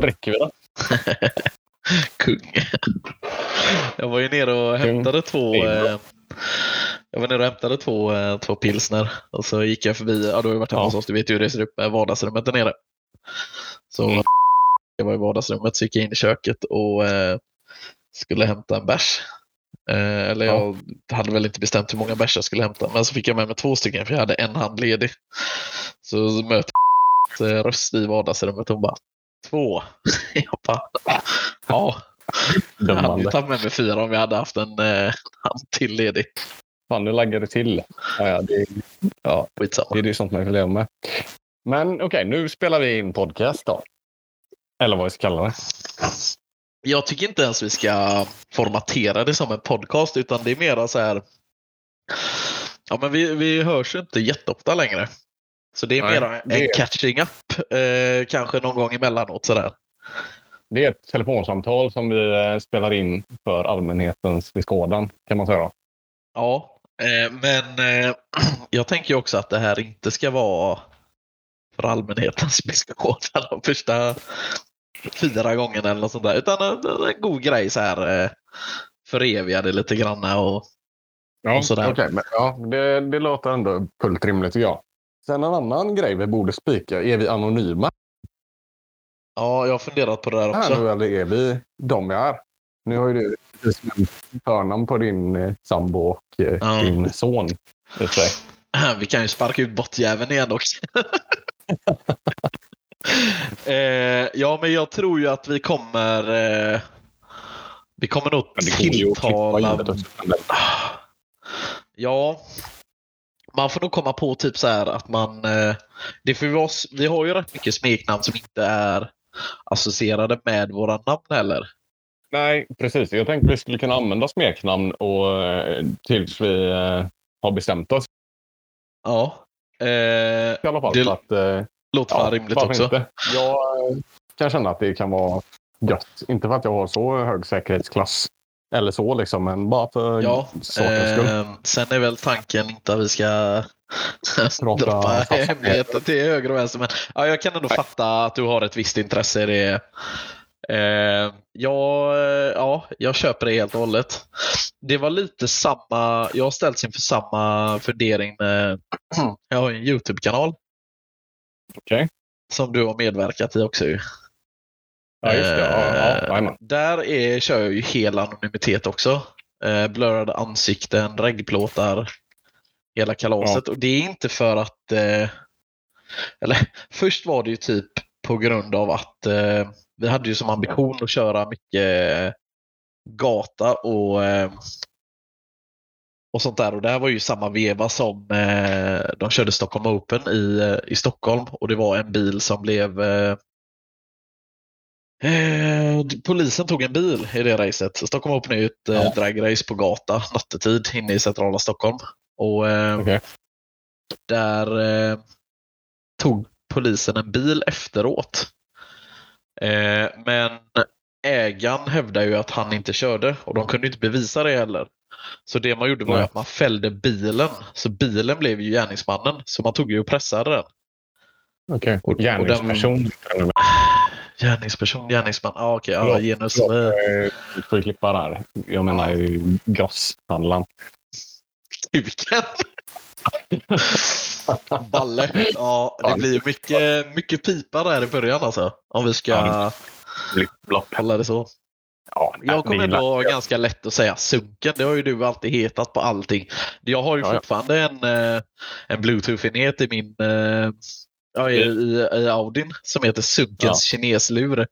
sträcker vi då. Kung. Jag var ju nere och hämtade två pilsner. Och så gick jag förbi, då har jag varit hemma hos oss, du vet ju hur det ser upp med vardagsrummet där nere. Så jag var i vardagsrummet, så gick jag in i köket och skulle hämta en bärs. Eller jag hade väl inte bestämt hur många bärs jag skulle hämta, men så fick jag med mig 2 stycken för jag hade en hand ledig. Så mötte jag röst i vardagsrummet och hon bara 2. Jag bara, ja. Jag hade ju tagit med mig 4 om jag hade haft en hand till ledig. Fan, nu laggar det till. Det är ju sånt man får leva med. Men okej, nu spelar vi in podcast då. Eller vad vi ska kalla det. Jag tycker inte ens vi ska formatera det som en podcast, utan det är mer så här. Ja, men vi hörs ju inte jätteofta längre. Så det är mer en catching up. Kanske någon gång emellanåt sådär. Det är ett telefonsamtal som vi spelar in för allmänhetens beskådan, kan man säga. Ja, men jag tänker ju också att det här inte ska vara för allmänhetens beskådan de första 4 gångerna eller något sånt där. Utan en god grej så här förevigade lite granna och sådär. Okej, men det låter ändå fullt rimligt, tycker jag. Sen en annan grej vi borde spika, är vi anonyma? Ja, jag har funderat på det där också. Nu, eller är vi de vi är? Nu har ju du förnamn på din sambo och din son. Vi kan ju sparka ut bottjäveln igen också. Ja, men jag tror ju att vi kommer nog tilltala. Ja, man får nog komma på typ så här att man vi har ju rätt mycket smeknamn som inte är associerade med våra namn heller. Nej, precis. Jag tänkte vi skulle kunna använda smeknamn och tills vi har bestämt oss. Ja. I alla fall det låter fan rimligt också. Inte. Jag kan känna att det kan vara gött. Inte för att jag har så hög säkerhetsklass eller så liksom, men bara för sakens skull. Sen är väl tanken inte att vi ska droppa hemligheter till höger och vänster, men jag kan ändå fatta att du har ett visst intresse i det. Jag köper det helt och hållet. Det var lite samma. Jag har ställts inför samma fundering med. Jag har en YouTube-kanal. Okej. Som du har medverkat i också ju. Ja, just det. Där kör jag ju hela anonymitet också. Blurrade ansikten, reggplåtar, hela kalaset. Och det är inte för att eller först var det ju typ på grund av att vi hade ju som ambition att köra mycket gata och sånt där. Och det här var ju samma veva som de körde Stockholm Open i Stockholm. Och det var en bil som blev polisen tog en bil i det racet. Stockholm Open är ju ett dragrace på gata nattetid inne i centrala Stockholm. Och där tog polisen en bil efteråt. Men ägaren hävdar ju att han inte körde och de kunde inte bevisa det heller. Så det man gjorde var att man fällde bilen. Så bilen blev ju gärningsmannen. Så man tog ju och pressade den. Okej. Gärningsperson. Gärningsman. Genus. Du får klippa där. Jag menar ju grosshandlaren. Kuken. Balle. Ja, det blir mycket pipa där i början alltså. Om vi ska hålla det så. Ja, jag kommer ändå ha ganska lätt att säga sunken. Det har ju du alltid hetat på allting. Jag har ju fortfarande en Bluetooth-enhet i min i Audin som heter Sunkens kineslur.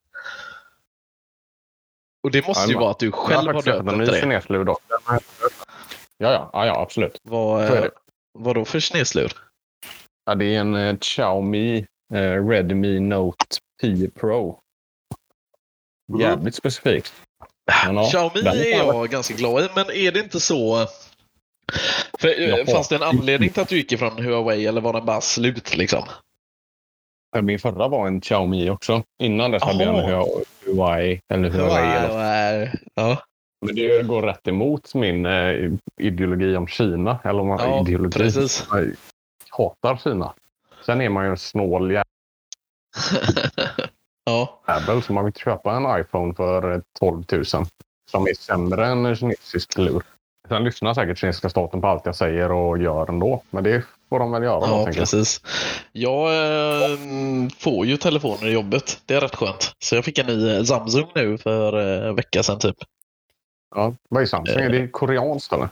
Och det måste ju vara att du själv har döpt efter det. Kineslur då. Ja, absolut. Vad då för kineslur? Ja, det är en Xiaomi Redmi Note 10 Pro. Jävligt specifikt. Xiaomi är jag ganska glad i, men är det inte så... Fanns det en anledning till att du gick ifrån Huawei eller var den bara slut liksom? Min förra var en Xiaomi också. Innan dess hade jag en Huawei eller Huawei. Ja. Men det går rätt emot min ideologi om Kina. Eller om man ideologi. Precis. Jag hatar Kina. Sen är man ju en snål Ja. Apple, så man vill köpa en iPhone för 12 000 som är sämre än en kinesisk lur. Sen lyssnar säkert kinesiska staten på allt jag säger och gör ändå. Men det får de väl göra då, Ja, tänker precis. Jag får ju telefoner i jobbet. Det är rätt skönt. Så jag fick en ny Samsung nu för en vecka sedan typ. Ja, vad är Samsung? Är det koreanskt eller?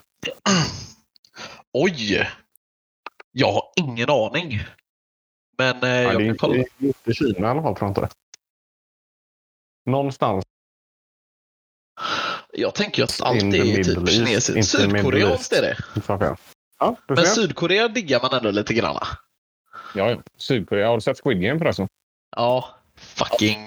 Oj! Jag har ingen aning. Men jag det kan kolla. är inte Kina i alla fall, tror jag inte det. Någonstans. Jag tänker att allt In the är typ Middle East, kinesiskt. inte Sydkoreanskt är det. Ja, du Men ser. Sydkorea diggar man ändå lite grann. Ja, Sydkorea. Har du sett Squid Game förresten? Ja, fucking...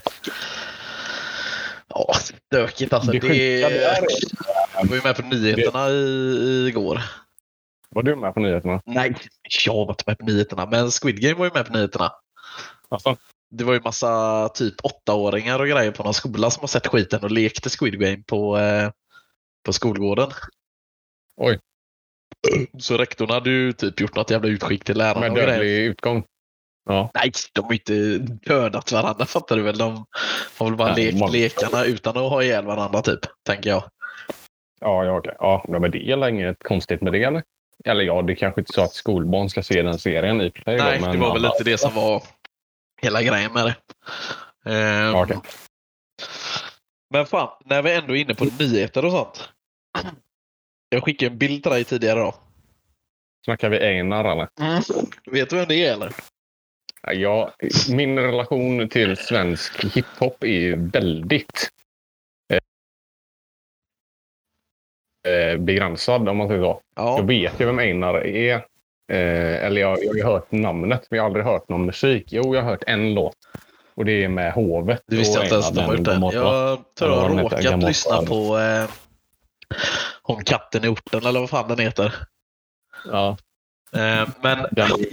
Ja, stökigt alltså. Jag var ju med på nyheterna igår. Var du med på nyheterna? Nej, jag var inte med på nyheterna. Men Squid Game var ju med på nyheterna. Alltså. Det var ju massa typ 8-åringar och grejer på någon skola som har sett skiten och lekte Squid Game på skolgården. Oj. Så rektorn hade ju typ gjort något jävla utskick till lärarna och grejer. Med grejer. dödlig utgång? Ja. Nej, de har inte dödat varandra, fattar du väl? De har väl bara lekt lekarna utan att ha ihjäl varandra typ, tänker jag. Ja, okej. Ja, men det är inget konstigt med det, eller? Eller ja, det är kanske inte så att skolbarn ska se den serien i play. Nej, men det var väl lite det som var hela grejen med det. Okay. Men fan, när vi ändå är inne på nyheter och sånt. Jag skickade en bild till dig tidigare då. Snackar vi Einar, eller? Vet du vem det är, eller? Ja, min relation till svensk hiphop är ju väldigt begränsad, om man säger så. Ja. Jag vet ju vem Einar är. Eller jag har ju hört namnet, men jag har aldrig hört någon musik. Jo, jag har hört en låt. Och det är med Hovet. Du visste inte ens att de har gjort den. Jag tror jag har råkat lyssna på Hon katten i orten, eller vad fan den heter. Ja. Men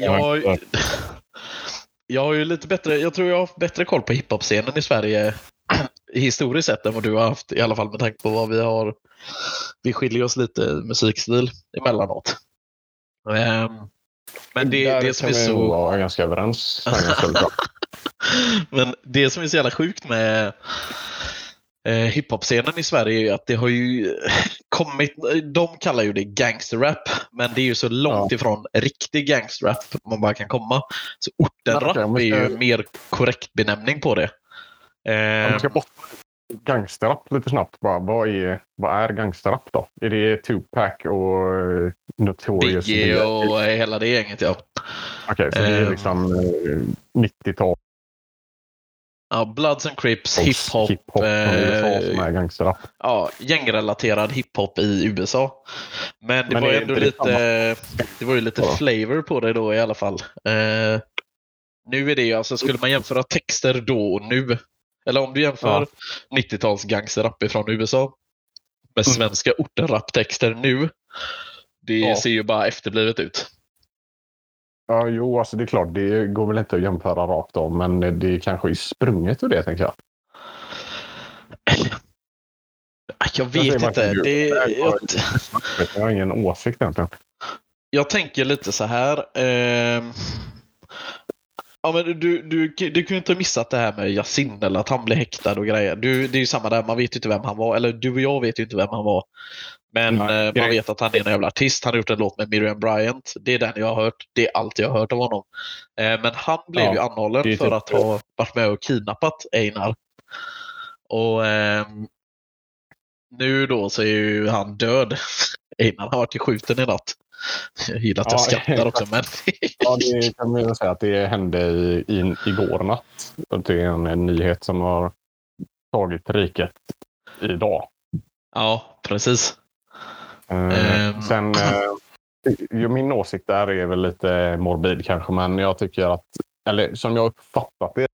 jag har ju lite bättre, jag tror jag har bättre koll på hiphop-scenen i Sverige historiskt sett än vad du har haft, i alla fall med tanke på vad vi har. Vi skiljer oss lite musikstil emellanåt. Men det som är så... Jag är ganska överens. Men det som är så jävla sjukt med hiphop-scenen i Sverige är ju att det har ju kommit, de kallar ju det gangsterrap, men det är ju så långt ifrån riktig gangsterrap man bara kan komma. Så ortenrap är ju mer korrekt benämning på det. Jag ska bort gangsterrap lite snabbt bara. Vad är gangsterrap då? Är det Tupac och Notorious Biggie och hela det gänget, ja. Okej, så det är liksom 90-tal. Ja, Bloods and Crips, hiphop från USA som är gangsterrap. Ja, gängrelaterad hiphop i USA. Men det var ju ändå lite, det var ju lite flavor på det då i alla fall. Nu är det ju, alltså skulle man jämföra texter då och nu, eller om du jämför 90-tals gangsterrap från USA med svenska ortenraptexter nu, det ser ju bara efterblivet ut. Ja, jo, alltså det är klart, det går väl inte att jämföra rakt om, men det är kanske är sprunget ur det, tänker jag. Jag vet inte. Jag har ingen åsikt egentligen. Jag tänker lite så här. Ja, men du kan ju inte ha missat det här med Yasin, eller att han blev häktad och grejer. Det är ju samma där, man vet ju inte vem han var. Eller du och jag vet ju inte vem han var. Men man vet att han är en jävla artist. Han har gjort en låt med Miriam Bryant. Det är den jag har hört. Det är allt jag har hört av honom. Men han blev ju anhållen för att ha varit med och kidnappat Einar. Och nu då så är ju han död. Einar har varit skjuten i natt. Jag gillar att jag skrattar också. Men... ja, det kan man säga att det hände igår natt. Det är en nyhet som har tagit riket idag. Ja, precis. Sen, min åsikt där är väl lite morbid kanske, men jag tycker att, eller som jag uppfattat det,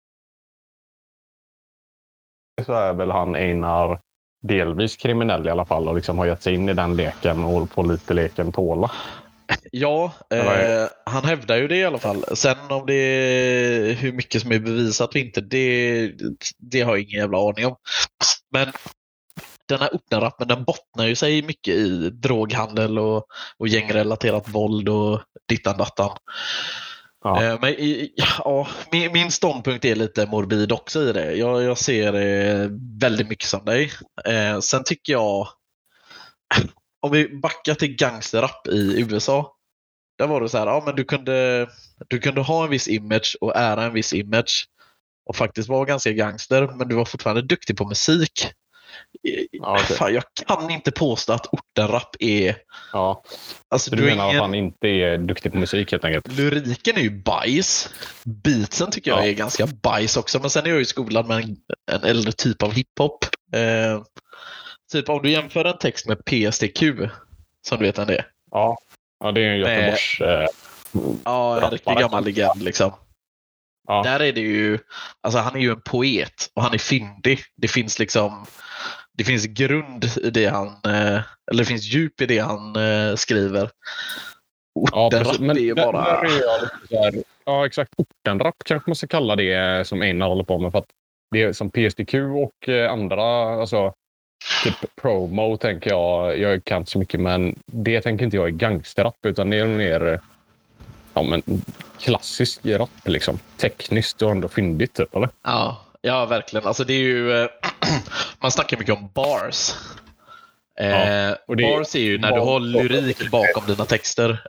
så är väl han Einar delvis kriminell i alla fall och liksom har gett sig in i den leken och på lite leken tåla. Ja, han hävdar ju det i alla fall. Sen om det är hur mycket som är bevisat och inte, det har jag ingen jävla aning om. Men den här ortenrappen, den bottnar ju sig mycket i droghandel och gängrelaterat våld och dittan-dattan. Ja. Min ståndpunkt är lite morbid också i det. Jag ser väldigt mycket som dig. Sen tycker jag, om vi backar till gangsterrap i USA, där var det så här, men du kunde ha en viss image och ära en viss image och faktiskt vara ganska gangster, men du var fortfarande duktig på musik. Okay. Fan, jag kan inte påstå att ortenrap är... Ja. Alltså, du menar att han inte är duktig på musik helt enkelt? Lyriken är ju bajs. Beatsen tycker jag är ganska bajs också. Men sen är jag ju skolad med en äldre typ av hiphop. Typ om du jämför en text med PSTQ, som du vet än det är. Ja, det är en Göteborgs... en riktig gammal legend liksom. Ja. Där är det ju... Alltså han är ju en poet och han är fyndig. Det finns liksom... Det finns grund i det han... Eller det finns djup i det han skriver. Ortenrap är ju bara... Ja, exakt. Ortenrap kanske man ska kalla det som Einar håller på med. För att det är som PSTQ och andra... Alltså, typ promo tänker jag kan inte så mycket, men det tänker inte jag är gangsterrap, utan det är mer klassisk rap liksom. Tekniskt och ändå fyndigt typ, eller? Ja, verkligen. Alltså det är ju... man snackar mycket om bars. Och bars är ju när du har lyrik bakom dina texter.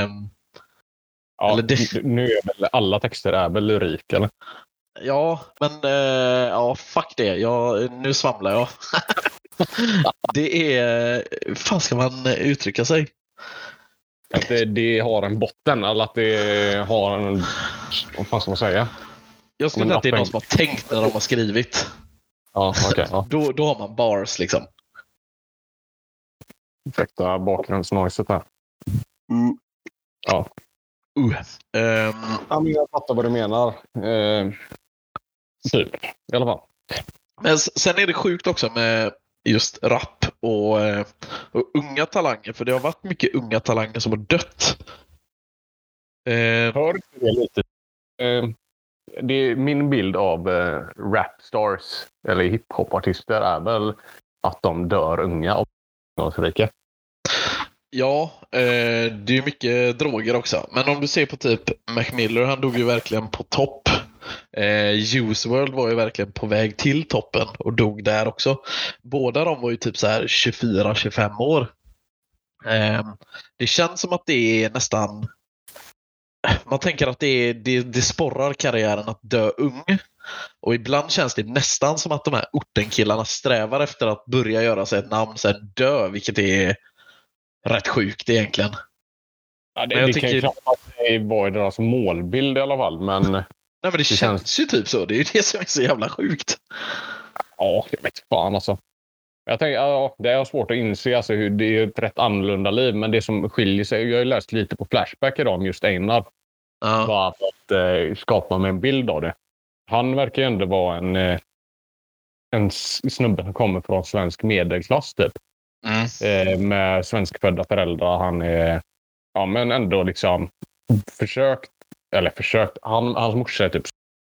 Nu är väl alla texter är väl lyrik, eller? Ja, men fuck det. Nu svamlar jag. Det är... fan ska man uttrycka sig? Att det har en botten, eller att det har en... Vad fan ska man säga? Jag skulle säga att det är någon som har tänkt när de har skrivit. Ja, okej. Ja. Då har man bars liksom. Perfekta bakgrundsnojset här. Ja. Men jag fattar vad du menar. Typ, i alla fall. Men sen är det sjukt också med just rap och unga talanger. För det har varit mycket unga talanger som har dött. Hör det lite? Det är min bild av rapstars eller hiphopartister är väl att de dör unga och rika. Ja, det är mycket droger också. Men om du ser på typ Mac Miller, han dog ju verkligen på topp. Juice WRLD var ju verkligen på väg till toppen och dog där också. Båda de var ju typ så här 24-25 år. Det känns som att det är nästan... Man tänker att det sporrar karriären att dö ung. Och ibland känns det nästan som att de här ortenkillarna strävar efter att börja göra sig ett namn sen dö, vilket är rätt sjukt egentligen. Ja, det kan ju knappast vara deras målbild i alla fall, men... Nej, men det känns ju typ så. Det är ju det som är så jävla sjukt. Ja, jag vet fan alltså. Jag tänker, det är svårt att inse alltså, hur det är ett rätt annorlunda liv, men det som skiljer sig, jag har ju läst lite på Flashback idag om just Einar. Bara för att skapa mig en bild av det. Han verkar ju ändå vara en snubbe som kommer från svensk medelklass typ. Med svenskfödda föräldrar. Han är men ändå liksom försökt. Hans morsa är typ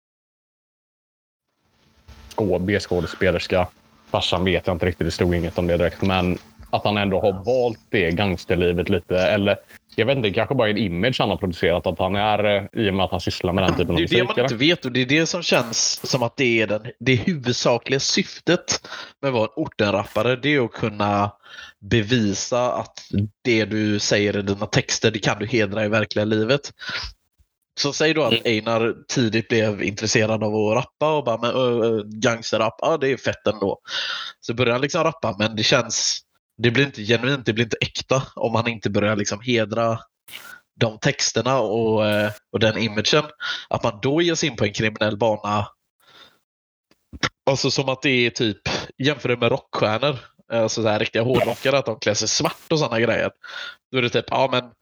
B-skådespelerska. Farsan vet jag inte riktigt, det stod inget om det direkt. Men att han ändå har valt det gangsterlivet lite. Eller jag vet inte, kanske bara en image han har producerat. Att han är, i och med att han sysslar med den typen av musik. Det är det man inte vet, och det är det som känns som att det är det huvudsakliga syftet med att vara en ortenrappare. Det är att kunna bevisa att det du säger i dina texter, det kan du hedra i verkliga livet. Så säg då att Einar tidigt blev intresserad av att rappa och bara, men gangsterrapp, det är fett ändå. Så börjar han liksom rappa, men det blir inte genuint, det blir inte äkta om han inte börjar liksom hedra de texterna och den imagen. Att man då ger sig in på en kriminell bana, alltså som att det är typ, jämför det med rockstjärnor, alltså så här riktiga hårdrockare, att de klär sig svart och sådana grejer. Då är det typ,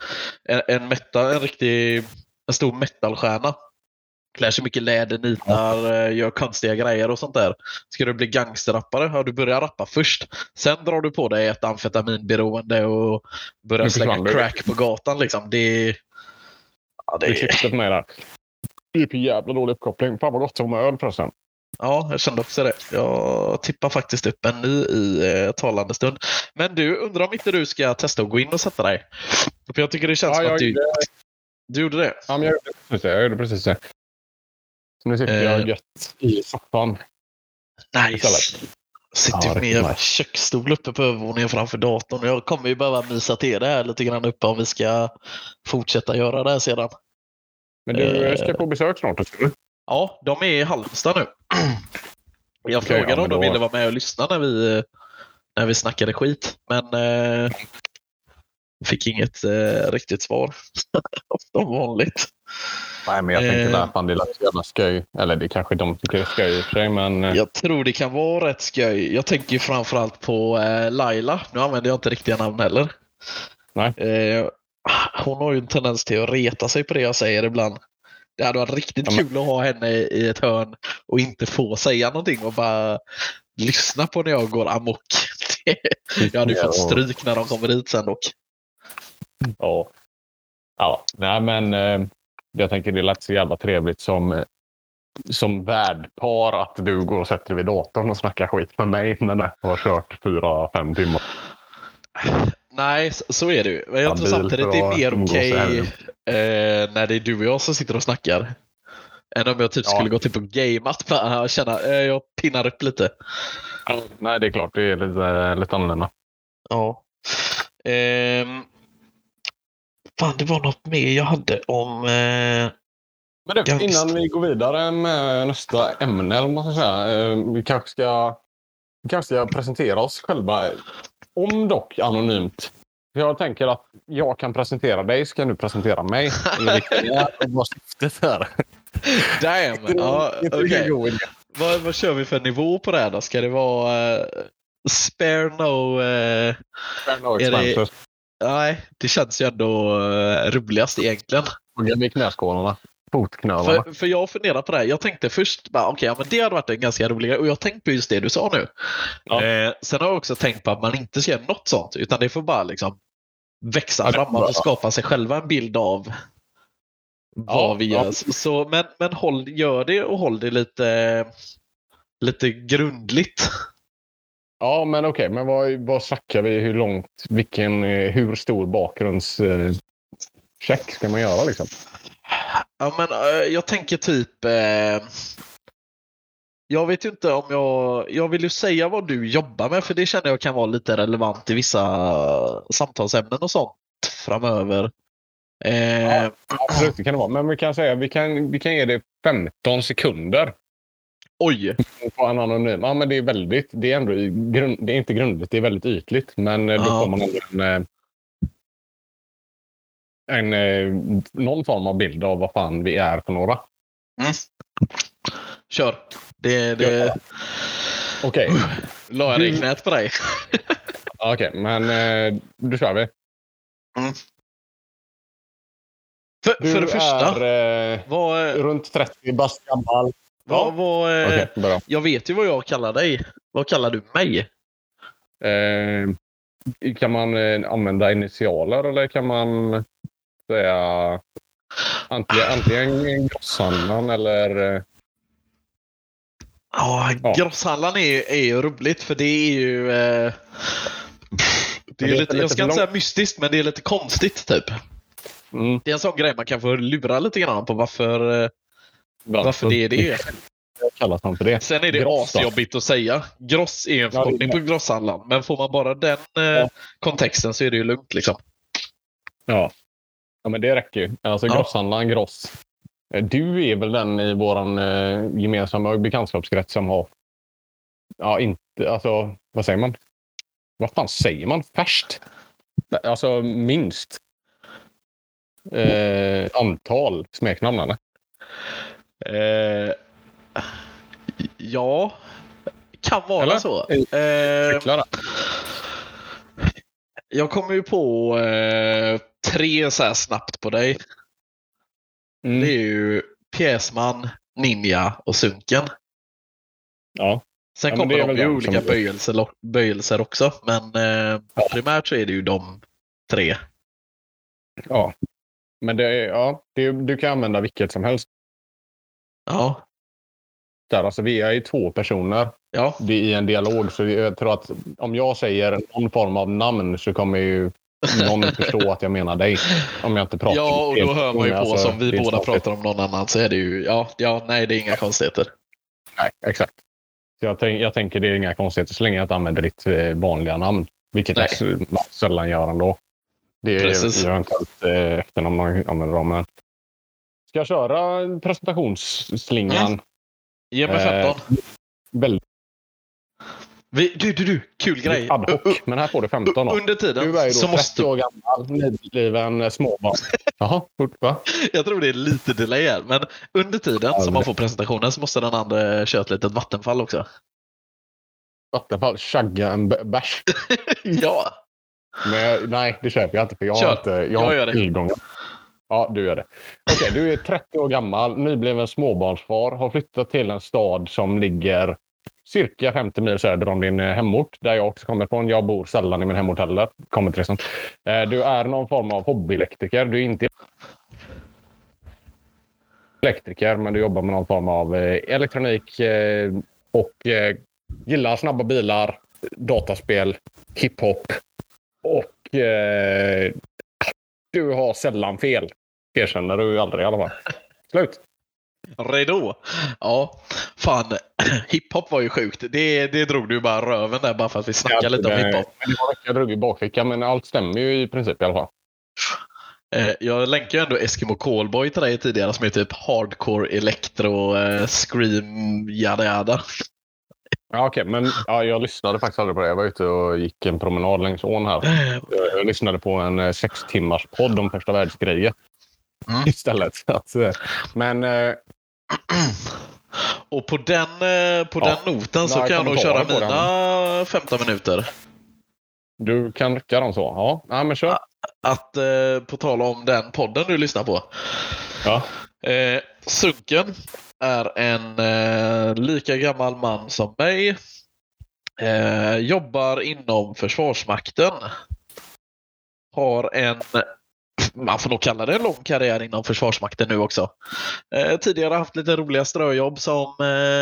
en stor metalstjärna klär sig mycket läder, nitar, gör konstiga grejer och sånt där. Ska du bli gangsterrappare? Du börjar rappa först. Sen drar du på dig ett amfetaminberoende och börjar slänga crack på gatan liksom. Det klippte mig där. Det är för jävla dålig uppkoppling. Fan vad gott som öl förresten. Ja, jag kände också det. Jag tippar faktiskt upp en ny i talande stund. Men du, undrar om inte du ska testa att gå in och sätta dig? För jag tycker det känns som att du... Du gjorde det? Ja, men jag gjorde precis det. Så nu sitter jag gött i soffan. Nice. Sitter med en köksstol uppe på övervåningen framför datorn. Jag kommer ju behöva mysa till det här lite grann uppe om vi ska fortsätta göra det här sedan. Men du ska på besök snart, tror du? Ja, de är i Halmstad nu. Jag frågade om de ville vara med och lyssna när vi snackade skit. Men fick inget riktigt svar. Som vanligt. Nej, men jag tänkte att det är jävla skoj. Eller det kanske de tycker är skoj i och för sig, men... Jag tror det kan vara rätt skoj. Jag tänker ju framförallt på Laila. Nu använder jag inte riktiga namn heller. Nej. Hon har ju en tendens till att reta sig på det jag säger ibland. Det hade varit riktigt kul att ha henne i ett hörn och inte få säga någonting och bara lyssna på när jag går amok. Jag hade ju fått stryk när de kommer dit sen dock. Ja. Nej, men jag tänker det lät så jävla trevligt som värdpar att du går och sätter dig vid datorn och snackar skit med mig när jag har kört 4-5 timmar. Nej, så är det ju. Men jag tror samtidigt det är mer okej när det är du och jag som sitter och snackar. Än om jag skulle gå till på gameat bara känna jag pinnar upp lite. Nej, det är klart. Det är lite annorlunda. Ja. Fan, det var något mer jag hade om... Men du, innan vi går vidare med nästa ämne, eller man ska säga, vi kanske ska presentera oss själva, om dock anonymt. Jag tänker att jag kan presentera dig, ska du presentera mig. Vad syftet är. Damn, ja, okej. Vad kör vi för nivå på det här då? Ska det vara spare no expenses? Nej, det känns ju ändå roligast egentligen. Med knäskålarna. Fotknölarna. För jag funderar på det här. Jag tänkte först men det hade varit en ganska rolig. Och jag tänkte på just det du sa nu. Ja. Sen har jag också tänkt på att man inte ska göra något sånt. Utan det får bara liksom växa fram och skapa sig själva en bild av vad vi gör. Så, men gör det och håll det lite grundligt. Ja, men okej. Men vad snackar vi? Hur stor bakgrundscheck ska man göra liksom? Ja, men jag tänker typ... jag vet ju inte om jag vill ju säga vad du jobbar med, för det känner jag kan vara lite relevant i vissa samtalsämnen och sånt framöver. Ja, absolut, det kan det vara. Men vi kan säga vi kan ge det 15 sekunder. Oj! På en anonym. Ja, men det är väldigt... Det är ändå det är inte grundligt, det är väldigt ytligt. Men då får man ändå någon form av bild av vad fan vi är för några. Mm. Kör. Okej. La jag det i knät på dig? Okej, men då kör vi. Mm. För det första är runt 30 bast gammal. Jag vet ju vad jag kallar dig. Vad kallar du mig? Kan man använda initialer eller kan man säga antingen grosshandlaren eller... Ja, grosshandlaren är ju roligt för det är ju... det är lite, jag ska inte säga mystiskt, men det är lite konstigt typ. Mm. Det är en sån grej man kan få lura lite grann på varför det är det. Kallas han för det. Sen är det asjobbigt att säga. Gross är en förkortning på grosshandlaren. Men får man bara den kontexten så är det ju lugnt liksom. Ja, men det räcker ju. Alltså grosshandlaren, gross. Du är väl den i våran gemensamma bekantskapskrets som har... Ja, inte... Alltså, vad säger man? Vad fan säger man? Färst? Alltså, minst. Antal smeknamn, eller? Ja, kan vara eller? Så. Jag kommer ju på 3 så här snabbt på dig. Det är ju Pjäsman, Ninja och Sunken. Ja. Sen kommer de ju olika böjelser också. Men primärt så är det ju de 3. Ja. Men du kan använda vilket som helst. Ja. Där, alltså vi är ju 2 personer. Ja. Det är i en dialog, så jag tror att om jag säger någon form av namn så kommer ju någon förstå att jag menar dig. Om jag inte pratar. Ja, och då hör man ju på alltså, som vi båda pratar om någon annan, så är det ju, nej, det är inga konstigheter. Nej, exakt. Så jag tänker det är inga konstigheter så länge jag inte använder ditt vanliga namn. Vilket jag sällan gör ändå. Det är eventuellt efternamn man använder dem. Men ska jag köra presentationsslingan? Ge mig 15. Väldigt Du, kul grej. ad hoc, men här får du 15 då. Under tiden du är ju då så 30 måste... år gammal, nybliven småbarn. Jaha, va? Jag tror det är lite delay här, men under tiden som man får presentationen så måste den andra köra ett litet vattenfall också. Vattenfall, chagga en bärs. Ja. Men nej, det köper jag inte för jag har inte tillgångar. Ja, du gör det. Okej, du är 30 år gammal, nybliven småbarnsfar, har flyttat till en stad som ligger cirka 50 mil söder om din hemort, där jag också kommer ifrån. Jag bor sällan i min hemort heller. Kommer till sånt. Du är någon form av hobbyelektriker. Du är inte elektriker, men du jobbar med någon form av elektronik och gillar snabba bilar, dataspel, hiphop och du har sällan fel. Erkänner du aldrig i alla fall. Slut. Redo? Ja, fan. Hiphop var ju sjukt. Det drog du bara röven där bara för att vi snackade lite om hiphop. Jag drog i bakfickan, men allt stämmer ju i princip i alla fall. Jag länkar ju ändå Eskimo Callboy till dig tidigare som är typ hardcore electro scream yada yada. Ja, okej, men jag lyssnade faktiskt aldrig på det. Jag var ute och gick en promenad längs ån här. Jag lyssnade på en 6 timmars podd om första världskriget istället. Men och på den noten så kan jag nog köra mina 15 minuter. Du kan rycka dem så. Ja, men kör. Att på tal om den podden du lyssnar på. Ja. Sunken är en lika gammal man som mig. Jobbar inom Försvarsmakten. Har man får nog kalla det en lång karriär inom Försvarsmakten nu också. Tidigare haft lite roliga ströjobb som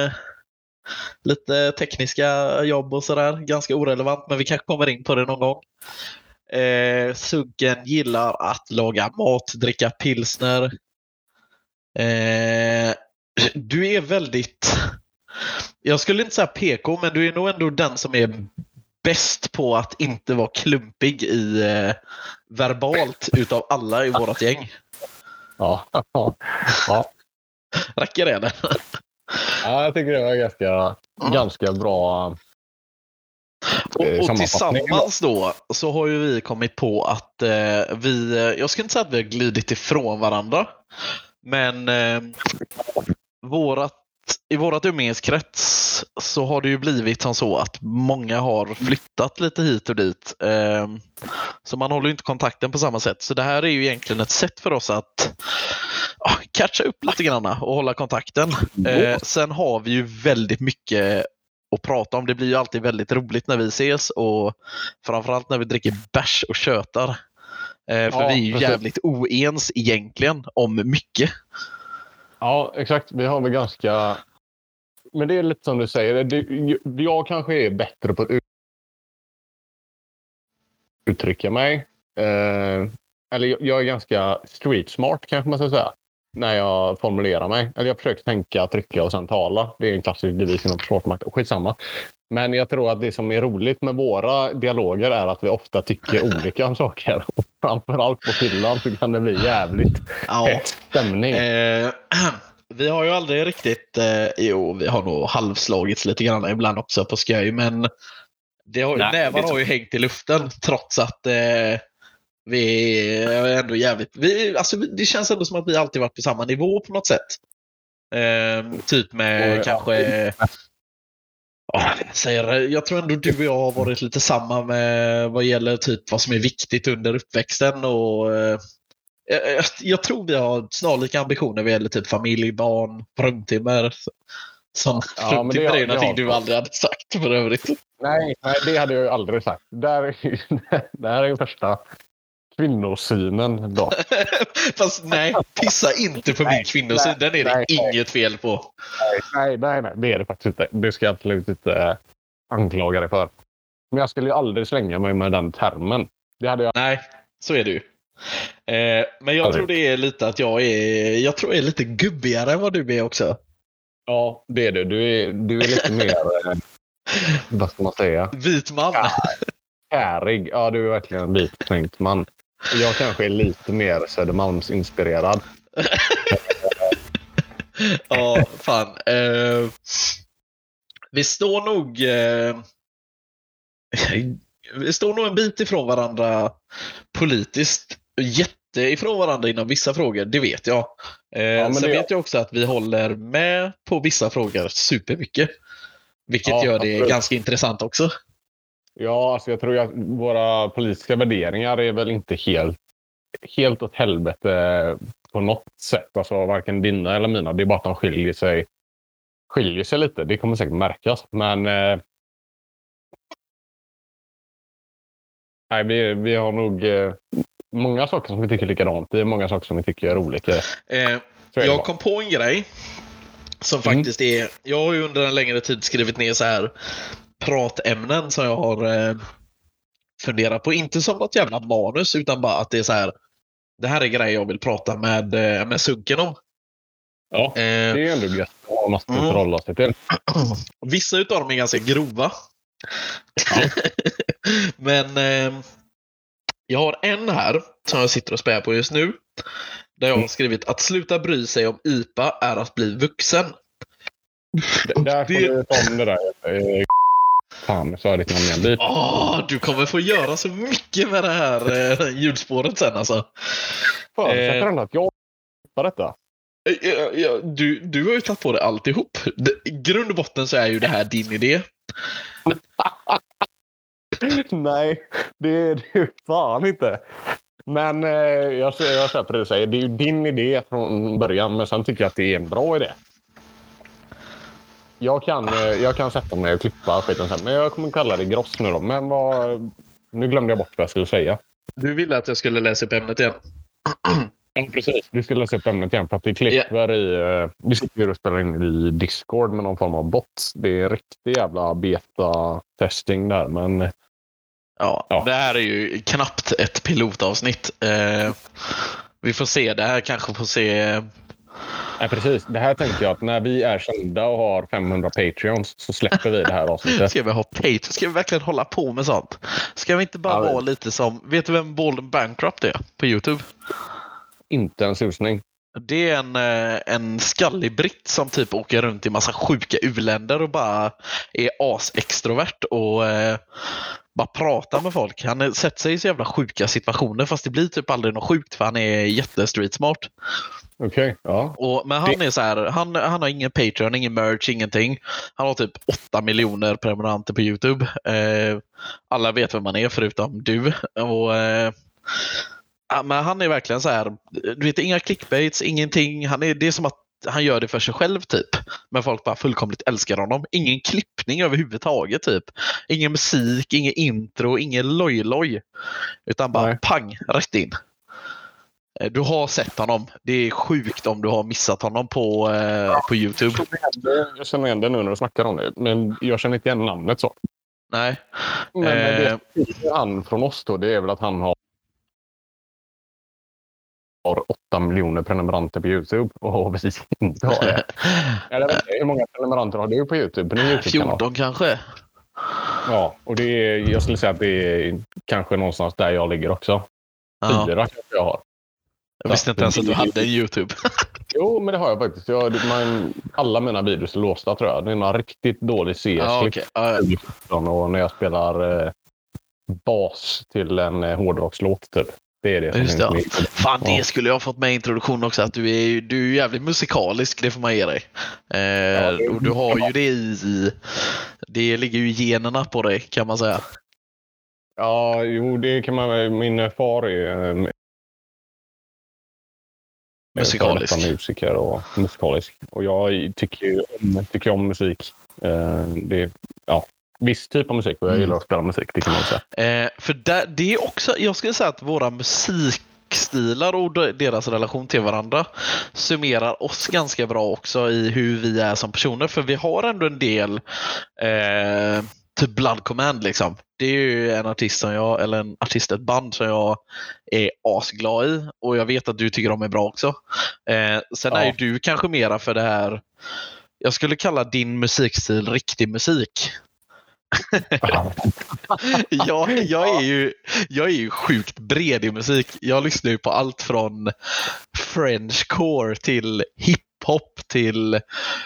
lite tekniska jobb och sådär. Ganska orelevant, men vi kanske kommer in på det någon gång. Sunken gillar att laga mat, dricka pilsner. Du är väldigt... Jag skulle inte säga PK, men du är nog ändå den som är bäst på att inte vara klumpig i verbalt utav alla i vårat gäng. Ja. Räcker det eller? Ja, jag tycker det var ganska bra. Och tillsammans då så har ju vi kommit på att jag ska inte säga att vi har glidit ifrån varandra, men i vårat umgängeskrets så har det ju blivit som så att många har flyttat lite hit och dit. Så man håller ju inte kontakten på samma sätt. Så det här är ju egentligen ett sätt för oss att catcha upp lite grann och hålla kontakten. Sen har vi ju väldigt mycket att prata om. Det blir ju alltid väldigt roligt när vi ses och framförallt när vi dricker bärs och tjötar. För vi är ju jävligt oens egentligen om mycket. Ja, exakt. Vi har väl ganska... Men det är lite som du säger. Jag kanske är bättre på att uttrycka mig. Eller jag är ganska street smart kanske man ska säga. När jag formulerar mig. Eller jag försöker tänka, trycka och sen tala. Det är en klassisk devis inom Försvarsmakten. Skitsamma. Men jag tror att det som är roligt med våra dialoger är att vi ofta tycker olika om saker. Och framförallt på Finland så kan det bli jävligt hett stämning. Vi har ju aldrig riktigt... vi har nog halvslagits lite grann ibland också på skoj. Men nävar har ju hängt i luften trots att... vi är ändå jävligt... det känns ändå som att vi alltid varit på samma nivå på något sätt. Typ med kanske... jag tror ändå du och jag har varit lite samma med vad gäller typ vad som är viktigt under uppväxten. Och jag tror vi har snarlika ambitioner vad gäller typ familj, barn, fruntimmer. Fruntimmer är ju någonting du aldrig hade sagt för övrigt. Nej, det hade jag ju aldrig sagt. Det här är ju första kvinnosynen då. Fast nej, pissa inte på min kvinnosyn. Den är det inget fel på. Nej, det är det faktiskt inte. Det ska jag absolut inte anklaga dig för. Men jag skulle ju aldrig slänga mig med den termen. Det hade jag. Nej, så är det ju. Men jag tror det är lite att jag är lite gubbigare än vad du är också. Ja, det är du. Du är lite mer, vad ska man säga? Vit man. Kärig. Ja, du är verkligen en vit kränkt man. Jag kanske är lite mer Södermalmsinspirerad. Ja, fan. Vi står nog en bit ifrån varandra politiskt. Ifrån varandra inom vissa frågor, det vet jag. Sen vet jag också att vi håller med på vissa frågor supermycket. Vilket gör det ganska intressant också. Ja, alltså jag tror att våra politiska värderingar är väl inte helt åt helvete på något sätt. Alltså varken dina eller mina. Det är bara att de skiljer sig lite. Det kommer säkert märkas. Men nej, vi har nog många saker som vi tycker likadant. Det är många saker som vi tycker är olika. Jag kom på en grej som faktiskt är... Jag har ju under en längre tid skrivit ner så här pratämnen som jag har funderat på. Inte som något jävla manus, utan bara att det är så här: det här är grejer jag vill prata med Sunken om. Ja, det är ändå gött att måste förhålla sig till. Vissa utav dem är ganska grova. Ja. Men jag har en här som jag sitter och spär på just nu. Där jag har skrivit att sluta bry sig om IPA är att bli vuxen. Där får du ta om det där. Fan, så är det någon bit. Du kommer få göra så mycket med det här ljudspåret sen alltså. Förutsätter ändå att jag på detta. Du har ju tagit på det alltihop. I grund och botten så är ju det här din idé. Nej, det är ju fan inte. Men jag köper det du säger. Det är ju din idé från början, men sen tycker jag att det är en bra idé. Jag kan sätta mig och klippa skiten sen, men jag kommer kalla det gross nu då. Men nu glömde jag bort vad jag skulle säga. Du ville att jag skulle läsa upp ämnet igen. Ja, precis. Du skulle läsa upp ämnet igen för att vi klipper i... Vi sitter och spelar in i Discord med någon form av bot. Det är riktigt jävla beta-testing där, men... Ja, det här är ju knappt ett pilotavsnitt. Vi får se. Det här kanske får se... Nej, precis. Det här tänker jag att när vi är kända och har 500 Patreons så släpper vi det här avsnittet. Ska vi ha Patreon? Ska vi verkligen hålla på med sånt? Ska vi inte bara vara lite som... Vet du vem Bolden Bankrupt är på YouTube? Inte en susning. Det är en skallig britt som typ åker runt i massa sjuka u-länder och bara är asextrovert och bara pratar med folk. Han sätter sig i så jävla sjuka situationer, fast det blir typ aldrig något sjukt för han är jättestreetsmart. Okej, ja. Men han är så här, han har ingen Patreon, ingen merch, ingenting. Han har typ 8 miljoner prenumeranter på YouTube. Alla vet vem man är förutom du. Men han är verkligen så här, du vet, inga clickbaits, ingenting. Det är som att han gör det för sig själv typ. Men folk bara fullkomligt älskar honom. Ingen klippning överhuvudtaget typ. Ingen musik, ingen intro, ingen loj. Utan bara pang, rätt in. Du har sett honom. Det är sjukt om du har missat honom på YouTube. Jag känner igen det nu när du snackar om det. Men jag känner inte igen namnet så. Nej. Men det han från oss då, det är väl att han har 8 miljoner prenumeranter på YouTube och vi inte har det. Hur många prenumeranter har du på YouTube? På YouTube 14 kanske. Ja, och jag skulle säga att det är kanske någonstans där jag ligger också. 4 kanske jag har. Jag visste inte ens att du hade en YouTube. Jo, men det har jag faktiskt. Alla mina videos är låsta tror jag. Det är en riktigt dålig CS-klipp. Och när jag spelar bas till en hårdrockslåt typ. Det är det. Just det. Fan, det skulle jag ha fått med i introduktionen också. Att du är jävligt musikalisk, det får man ge dig. Och du har ju det i... Det ligger ju i generna på dig, kan man säga. Ja, jo, det kan man... Min far är... musiker och musikalisk. Och jag tycker om musik. Viss typ av musik, och jag gillar att spela musik, det kan man säga. För det är också, jag skulle säga att våra musikstilar och deras relation till varandra summerar oss ganska bra också i hur vi är som personer. För vi har ändå en del typ Blood Command liksom. Det är ju en artist ett band som jag är asglad i. Och jag vet att du tycker de är bra också. Sen är ju du kanske mera för det här. Jag skulle kalla din musikstil riktig musik. Jag är ju sjukt bred i musik. Jag lyssnar ju på allt från Frenchcore till hiphop till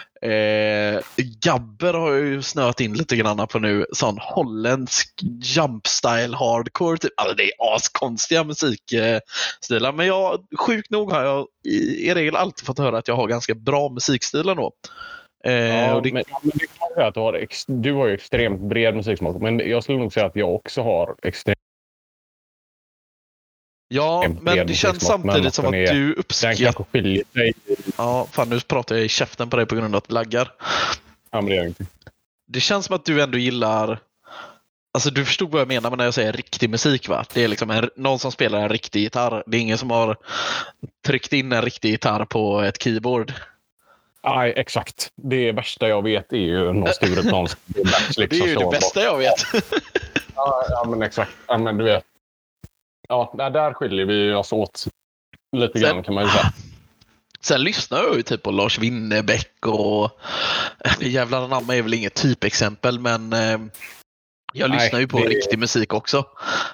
gabber har jag ju snöat in lite grann på nu. Sån holländsk jumpstyle hardcore typ. Alltså det är askonstiga musikstilar. Men sjukt nog har jag i regel alltid fått höra att jag har ganska bra musikstil ändå. Men det kan jag säga att du har ju extremt bred musiksmak. Men jag skulle nog säga att jag också har extremt. Ja, men det känns samtidigt som att du uppskattar. Den kanske skiljer sig. Ja, fan nu pratar jag i käften på dig på grund av att du laggar. Ja, men det är inte. Det känns som att du ändå gillar. Alltså du förstod vad jag menar när jag säger riktig musik, va? Det är liksom någon som spelar en riktig gitarr. Det är ingen som har tryckt in en riktig gitarr på ett keyboard. Nej, exakt. Det värsta jag vet är ju någon Stureplans. Det är ju det bästa jag vet. Ja, men exakt. Ja, men du vet. Ja, där skiljer vi oss åt lite grann kan man ju säga. Sen lyssnar jag ju typ på Lars Winnerbäck och jävla namn är väl inget typexempel, men jag lyssnar ju på riktig musik också.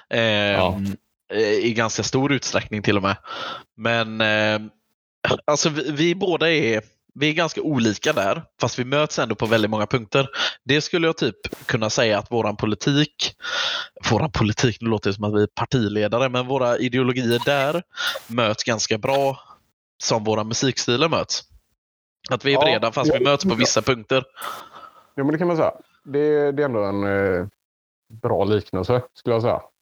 I ganska stor utsträckning till och med. Men alltså vi båda är ganska olika där, fast vi möts ändå på väldigt många punkter. Det skulle jag typ kunna säga att våran politik, nu låter det som att vi är partiledare, men våra ideologier där möts ganska bra som våra musikstilar möts. Att vi är breda fast vi möts på vissa punkter. Ja, men det kan man säga. Det är ändå en bra liknelse, skulle jag säga.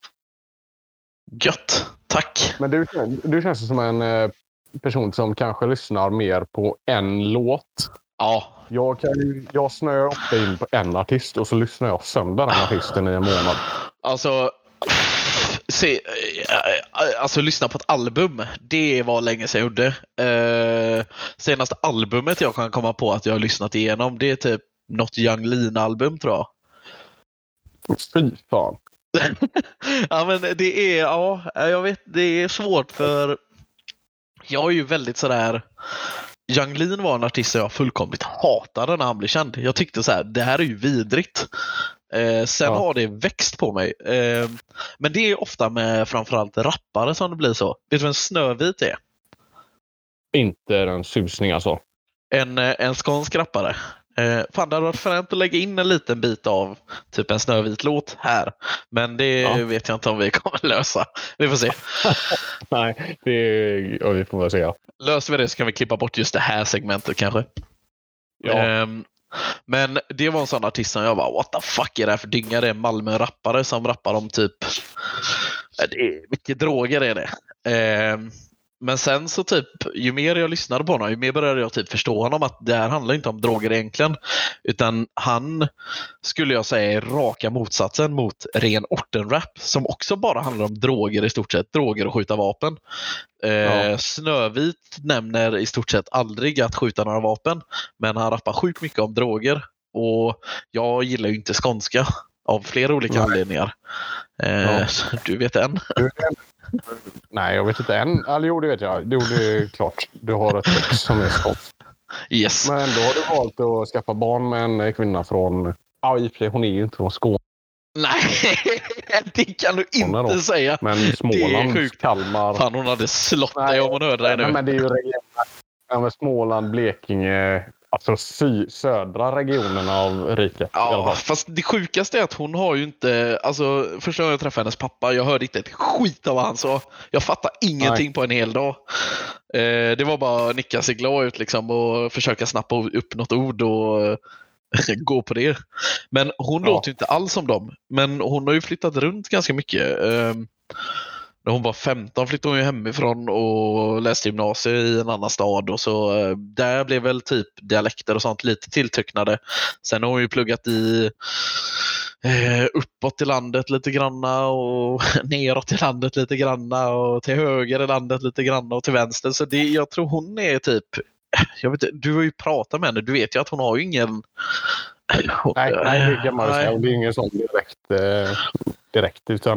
Gött, tack. Men du känns som en person som kanske lyssnar mer på en låt. Ja. Jag snöar ofta in på en artist och så lyssnar jag sönder den artisten i en månad. Alltså lyssna på ett album, det var länge sedan jag gjorde. Senaste albumet jag kan komma på att jag har lyssnat igenom, det är typ något Yung Lean-album tror jag. Fy fan. Ja, men det är, jag vet, det är svårt för jag är ju väldigt sådär. Yung Lean var en artist som jag fullkomligt hatade när han blev känd. Jag tyckte så här, det här är ju vidrigt. Sen har det växt på mig. Men det är ofta med framförallt rappare som det blir så. Vet du vad en Snövit är? Inte en susning alltså. En skånsk rappare. Fan, det hade varit främt att lägga in en liten bit av typ en Snövit-låt här. Men det vet jag inte om vi kommer lösa. Vi får se. Nej, vi får väl se. Löser vi det så kan vi klippa bort just det här segmentet kanske. Ja. Men det var en sån artist som jag bara, what the fuck är det här för dynga? Det är Malmö-rappare som rappar om typ mycket droger är det. Men sen så typ, ju mer jag lyssnade på honom, ju mer började jag typ förstå honom att det här handlar inte om droger egentligen. Utan han, skulle jag säga, är raka motsatsen mot ren ortenrap som också bara handlar om droger i stort sett. Droger och skjuta vapen. Snövit nämner i stort sett aldrig att skjuta några vapen. Men han rappar sjukt mycket om droger. Och jag gillar ju inte skånska av flera olika anledningar. Du vet en? Nej, jag vet inte än. Alltså, jo, det vet jag. Det är klart. Du har ett ex som är skott. Yes. Men då har du valt att skaffa barn med en kvinna från... Ja, i och för sig, hon är ju inte från Skåne. Nej, det kan du inte säga. Men Småland, Kalmar... Fan, hon hade slått dig om hon hörde dig nu. Men det är ju regionen. Småland, Blekinge... Alltså södra regionen av riket. Ja, fast det sjukaste är att hon har ju inte... Alltså, första gången jag träffade hennes pappa, jag hörde inte ett skit av vad han sa. Jag fattar ingenting på en hel dag. Det var bara att nicka sig glad ut liksom och försöka snappa upp något ord och gå på det. Men hon låter ju inte alls som dem. Men hon har ju flyttat runt ganska mycket. När hon var 15 flyttade hon ju hemifrån och läste gymnasiet i en annan stad. Och så där blev väl typ dialekter och sånt lite tilltycknade. Sen har hon ju pluggat i uppåt i landet lite granna och neråt i landet lite granna och till höger i landet lite granna och till vänster. Så jag tror hon är typ... Jag vet inte, du har ju pratat med henne. Du vet ju att hon har ju ingen... Nej, det kan man ju säga. Och det är ingen sån direkt utan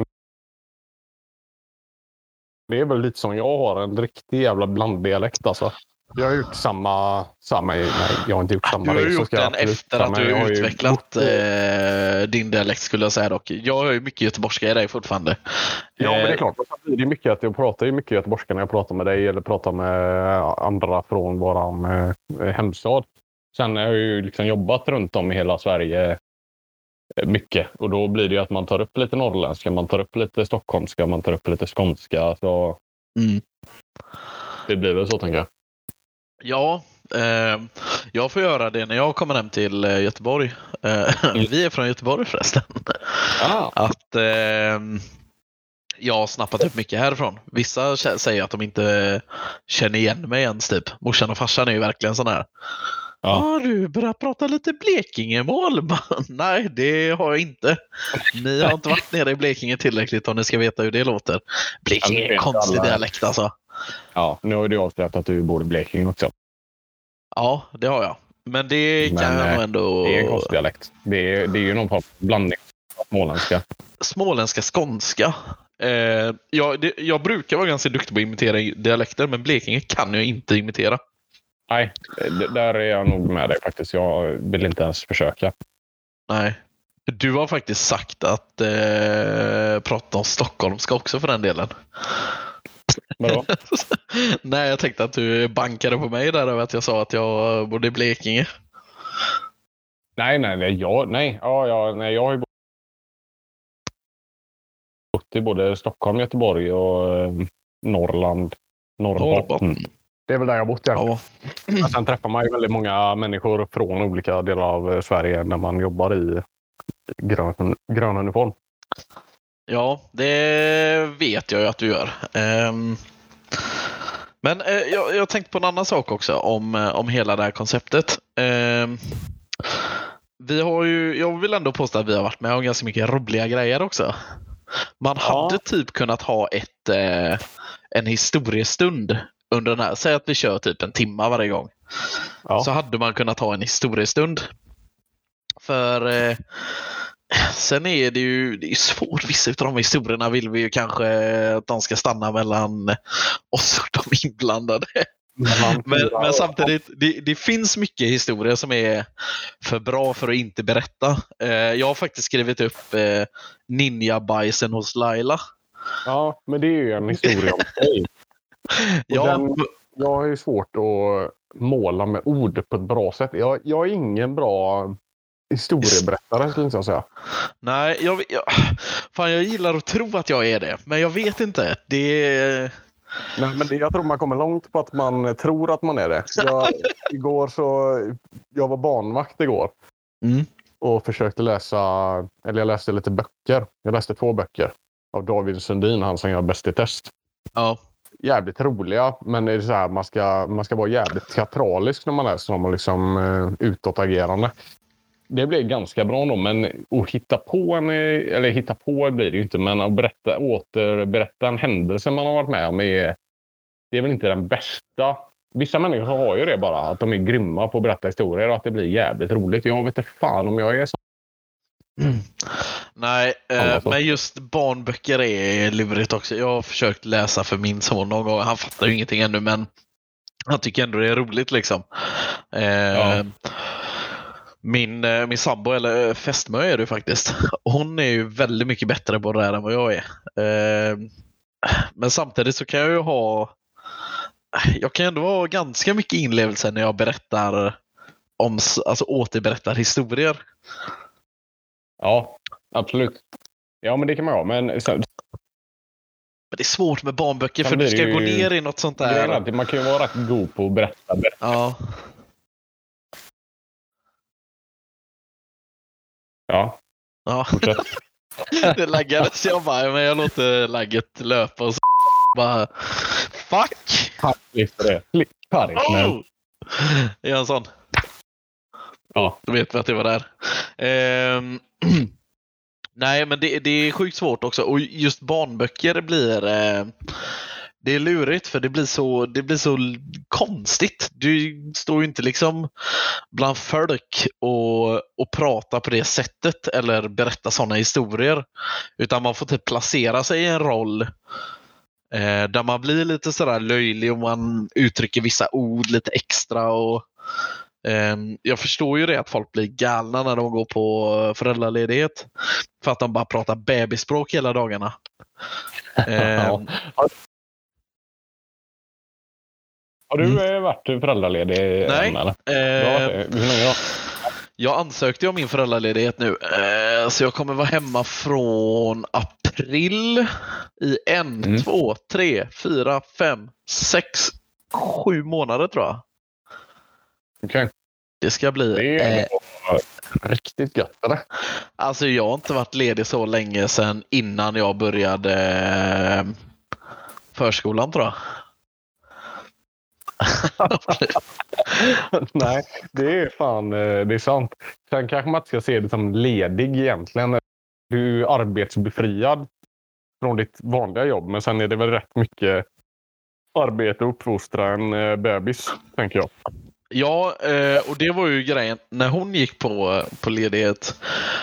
det är väl lite som jag har en riktig jävla blanddialekt alltså. Jag har gjort samma nej, jag har inte gjort samma resa. Du har resa, gjort den efter att du har utvecklat din dialekt skulle jag säga dock. Jag har ju mycket göteborgska i dig fortfarande. Ja, men det är klart. Det är mycket att jag pratar ju mycket göteborgska när jag pratar med dig eller pratar med andra från våran hemstad. Sen har jag ju liksom jobbat runt om i hela Sverige mycket. Och då blir det ju att man tar upp lite norrländska, man tar upp lite stockholmska, man tar upp lite skånska. Så det blir väl så, tänker jag. Ja, jag får göra det när jag kommer hem till Göteborg. Vi är från Göteborg förresten. Att jag har snappat upp mycket härifrån. Vissa säger att de inte känner igen mig ens typ. Morsan och farsan är ju verkligen sån här. Ja, du börjar prata lite Blekingemål. Nej, det har jag inte. Ni har inte varit nere i Blekinge tillräckligt om ni ska veta hur det låter. Blekinge är en konstig dialekt alltså. Ja, nu har du avslöjat att du bor i Blekinge också. Ja, det har jag. Men det kan jag nog ändå... Det är en konstig dialekt. Det är ju någon blandning av småländska. Småländska, skånska. Jag brukar vara ganska duktig på att imitera dialekter, men Blekinge kan jag inte imitera. Nej, där är jag nog med dig faktiskt. Jag vill inte ens försöka. Nej. Du har faktiskt sagt att prata om stockholmska också för den delen. Vadå? Nej, jag tänkte att du bankade på mig där över att jag sa att jag bodde i Blekinge. Nej, jag har ju bott i både Stockholm, Göteborg och Norrbotten. Det är väl där jag har bott, ja. Sen träffar man ju väldigt många människor från olika delar av Sverige när man jobbar i grön uniform. Ja, det vet jag ju att du gör. Men jag tänkte på en annan sak också om hela det här konceptet. Vi har ju, jag vill ändå påstå att vi har varit med om ganska mycket roliga grejer också. Man hade typ kunnat ha en historiestund under den här. Säg att vi kör typ en timme varje gång. Ja. Så hade man kunnat ha en historiestund. För sen är det är svårt. Vissa av de historierna vill vi ju kanske att de ska stanna mellan oss och de inblandade. Men samtidigt, det finns mycket historier som är för bra för att inte berätta. Jag har faktiskt skrivit upp ninjabajsen hos Laila. Ja, men det är ju en historia om dig. Jag har ju svårt att måla med ord på ett bra sätt. Jag är ingen bra historieberättare, skulle jag säga. Nej, jag gillar att tro att jag är det, men jag vet inte. Nej, men jag tror man kommer långt på att man tror att man är det. Jag var barnvakt igår. Och försökte jag läste lite böcker. Jag läste 2 böcker av David Sundin, han som gör Bäst i test. Ja. Jävligt roliga, men det är så här, man ska vara jävligt teatralisk när man läser dem och liksom utåtagerande. Det blir ganska bra då, men att hitta på blir det ju inte, men att återberätta en händelse man har varit med om det är väl inte den bästa. Vissa människor har ju det bara, att de är grymma på att berätta historier och att det blir jävligt roligt. Jag vet inte fan om jag är så. Nej, men just barnböcker är lurigt också. Jag har försökt läsa för min son någon gång. Han fattar ju ingenting ännu, men han tycker ändå det är roligt liksom. Min sambo, eller fästmö är det faktiskt. Hon är ju väldigt mycket bättre på det här än vad jag är. Men samtidigt så kan jag ju jag kan ändå ha ganska mycket inlevelse när jag berättar återberättar historier. Ja, absolut. Ja, men det kan man ha. Men det är svårt med barnböcker för du ska gå ner i något sånt där. Man kan ju vara rätt god på att berätta. Ja. Ja. Det laggades jag bara, men jag låter lagget löpa och så bara fuck. Är jag en sån? Ja. Du vet att det var där. Nej, men det är sjukt svårt också. Och just barnböcker blir det är lurigt för det blir så konstigt. Du står ju inte liksom bland folk och pratar på det sättet eller berätta sådana historier. Utan man får typ placera sig i en roll där man blir lite sådär löjlig och man uttrycker vissa ord lite extra. Och jag förstår ju det att folk blir galna när de går på föräldraledighet. För att de bara pratar bebisspråk hela dagarna. Har du varit föräldraledig? Nej. Hur länge då? Jag ansökte om min föräldraledighet nu. Så jag kommer vara hemma från april i 1, 2, 3, 4, 5, 6, 7 månader tror jag. Okej. Det ska bli... Det är riktigt gött, eller? Alltså jag har inte varit ledig så länge sedan innan jag började förskolan tror jag. Nej, det är fan, det är sant. Sen kanske man inte ska se det som ledig egentligen. Du är arbetsbefriad från ditt vanliga jobb, men sen är det väl rätt mycket arbete och uppfostra en bebis, tänker jag. Ja, och det var ju grejen när hon gick på ledighet.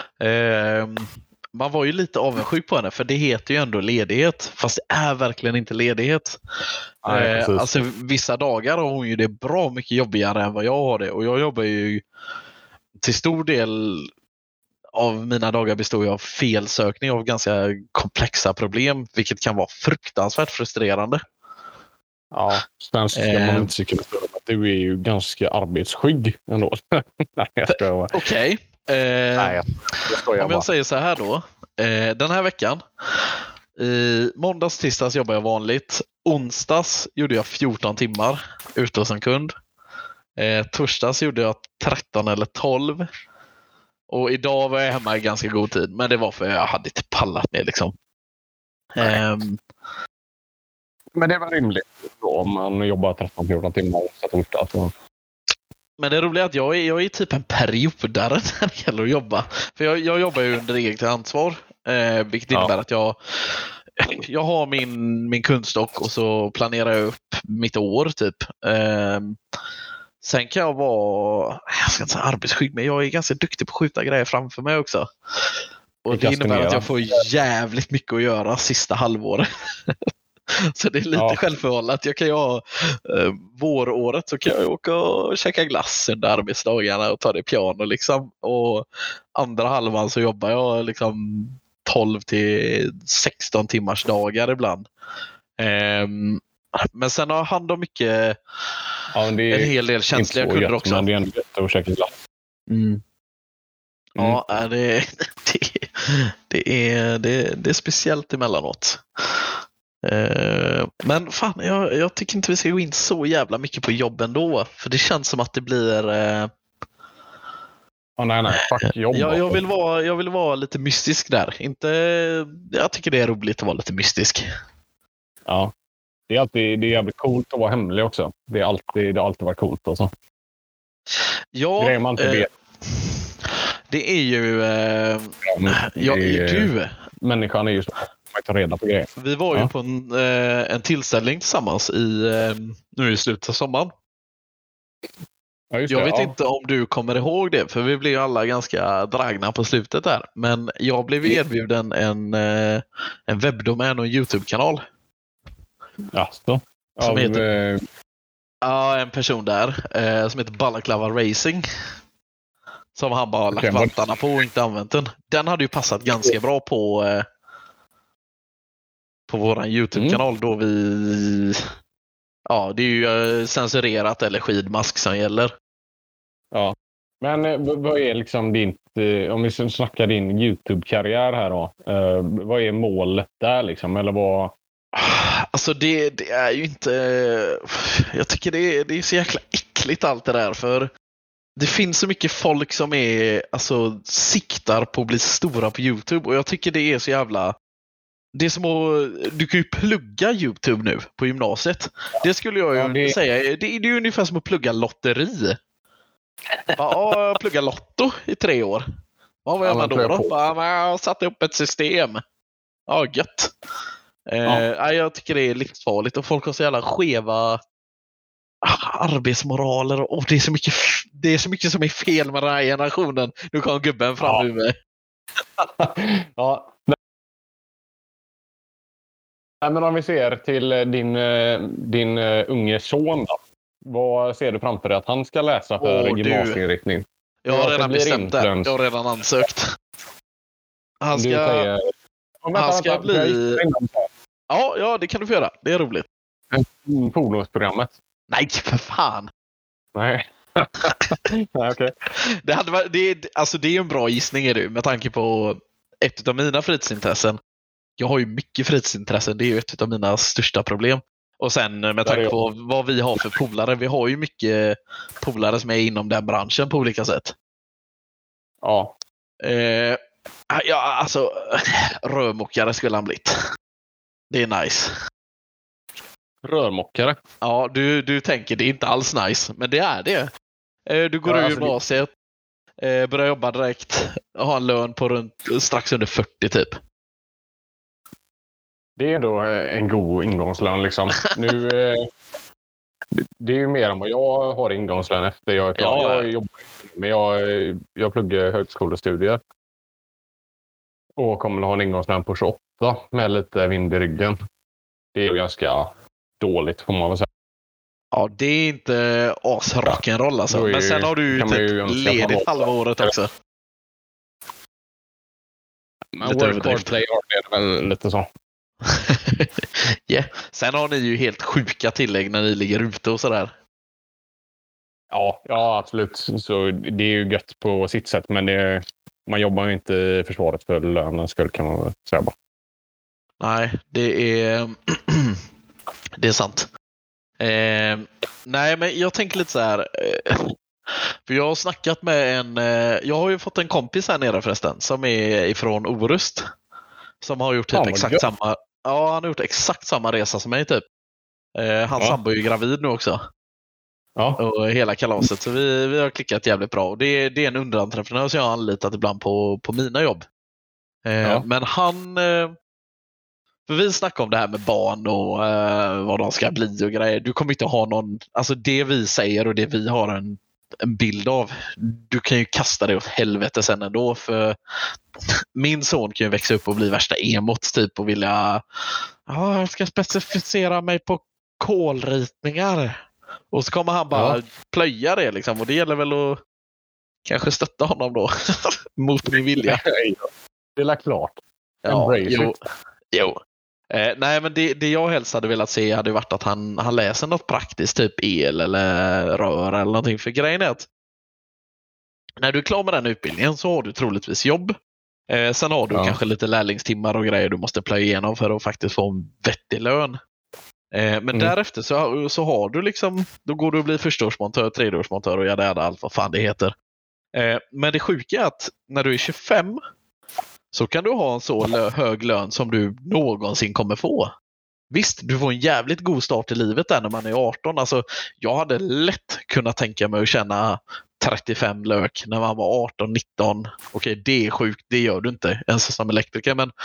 Man var ju lite avundsjuk på henne för det heter ju ändå ledighet fast det är verkligen inte ledighet. Alltså vissa dagar har hon ju det bra mycket jobbigare än vad jag har det och jag jobbar ju till stor del av mina dagar består ju av felsökning av ganska komplexa problem vilket kan vara fruktansvärt frustrerande. Ja, sen ska man inte tycka att du är ju ganska arbetsskygg ändå. Nej, jag ska... Okej. Om jag säger så här då. Den här veckan. Måndags, tisdags jobbar jag vanligt. Onsdags gjorde jag 14 timmar ute hos en kund. Torsdags gjorde jag 13 eller 12. Och idag var jag hemma i ganska god tid. Men det var för jag hade inte pallat med liksom. Men det var rimligt då, om man jobbar 13-14 timmar så torsdag. Men det roliga är att jag är typ en periodare när det gäller att jobba. För jag jobbar ju under eget ansvar. Vilket innebär att jag har min kundstock och så planerar jag upp mitt år typ. Sen kan jag vara, jag ska inte säga arbetsskygg, men jag är ganska duktig på att skjuta grejer framför mig också. Och det innebär att jag får jävligt mycket att göra sista halvåret. Så det är lite självförvållat. Jag kan ju ha våråret så kan jag åka och käka glass under arbetsdagarna och ta det piano liksom. Och andra halvan så jobbar jag liksom 12 till 16 timmars dagar ibland. Men sen har jag hand om mycket en hel del känsliga kunder också. Men det är ändå lätt att käka glass. Ja, det är speciellt emellanåt. Men fan, jag tycker inte vi ska gå in så jävla mycket på jobben då. För det känns som att det blir... nej, fuck jobb. Jag vill vara lite mystisk där. Jag tycker det är roligt att vara lite mystisk. Ja, det är jävligt coolt att vara hemlig också. Det har alltid varit coolt alltså. Ja, det man inte vet. Det är ju... Människan är ju så... Man tar reda på grejer. Vi var ju på en tillställning tillsammans nu i slutet av sommaren. Ja, jag vet inte om du kommer ihåg det, för vi blev ju alla ganska dragna på slutet där. Men jag blev erbjuden en webbdomän och en YouTube-kanal. Jaså? Som heter... en person där som heter Balaklava Racing. Som han bara lagt vantarna på och inte använt den. Den hade ju passat ganska bra på våran YouTube-kanal då vi... Ja, det är ju censurerat eller skidmask som gäller. Ja, men vad är liksom om vi snackar din YouTube-karriär här då, vad är målet där liksom, eller vad? Alltså det är ju inte... Jag tycker det är så jäkla äckligt allt det där, för det finns så mycket folk som siktar på att bli stora på YouTube, och jag tycker det är så jävla... Det är som att du kan ju plugga YouTube nu på gymnasiet. Det skulle jag ju säga. Det är ju ungefär som att plugga lotteri. Jag pluggar lotto i 3 år. Vad gör man då? Jag satte upp ett system. Ja, gött. Jag tycker det är livsfarligt och folk har så jävla skeva arbetsmoraler och det är så mycket som är fel med den här generationen. Nu kom gubben fram ur mig. Ja. Nej, men om vi ser till din unge son då. Vad ser du framför dig att han ska läsa för gymnasieinriktning? Jag har redan bestämt det. Jag har redan ansökt. Han ska bli... Ja, det kan du få göra. Det är roligt. Fordonsprogrammet? Nej, för fan. Nej. Nej, okej. Det är en bra gissning är det, med tanke på ett av mina fritidsintressen. Jag har ju mycket fritidsintressen. Det är ju ett av mina största problem. Och sen med tanke på vad vi har för polare. Vi har ju mycket polare som är inom den branschen på olika sätt. Ja. Alltså rörmokare skulle han blivit. Det är nice. Rörmokare? Ja, du tänker det är inte alls nice, men det är det. Du går ur gymnasiet, börjar jobba direkt, har en lön på runt strax under 40 typ. Det är då en god ingångslön liksom. Nu, det är ju mer än vad jag har ingångslön efter jag är klar. Jag jobbar, men jag pluggar högskolestudier. Och kommer att ha en ingångslön på 28 med lite vind i ryggen. Det är ju ganska dåligt får man väl säga. Ja, det är inte rock'n'roll alltså. Men sen har du ju typ ledigt halva året också. Men work hard, play hard är väl lite så. Yeah. Sen har ni ju helt sjuka tillägg när ni ligger ute och sådär. Ja, absolut. Så det är ju gött på sitt sätt. Men man jobbar ju inte i försvaret för lönen skull kan man säga bara. Nej, det är sant. Nej, men jag tänker lite så här. För jag har snackat med jag har ju fått en kompis här nere förresten som är ifrån Orust. Som har gjort typ exakt samma. Ja, han har gjort exakt samma resa som mig typ. Hans sambo är ju gravid nu också. Ja. Och hela kalaset. Så vi har klickat jävligt bra. Och det är en underentreprenör som jag har anlitat ibland på mina jobb. Men han... För vi snackar om det här med barn och vad de ska bli och grejer. Du kommer inte ha någon... Alltså det vi säger och det vi har en bild av. Du kan ju kasta det åt helvete sen ändå. För min son kan ju växa upp och bli värsta emot typ och vilja... Ja, jag ska specificera mig på kolritningar. Och så kommer han bara plöja det liksom. Och det gäller väl att kanske stötta honom då. Mot min vilja. Det är klart. Ja, jo. Nej, men det jag helst hade velat se hade varit att han läser något praktiskt, typ el eller rör eller någonting. För grejen är att när du är klar med den utbildningen så har du troligtvis jobb. Sen har du kanske lite lärlingstimmar och grejer du måste plöja igenom för att faktiskt få en vettig lön. Men därefter så har du liksom, då går du att bli förstaårsmontör, tredjeårsmontör och allt vad fan det heter. Men det sjuka är att när du är 25 så kan du ha en så hög lön som du någonsin kommer få. Visst, du får en jävligt god start i livet där när man är 18. Alltså, jag hade lätt kunnat tänka mig att tjäna 35 lök när man var 18-19. Okej, det är sjukt, det gör du inte ens som elektriker. Men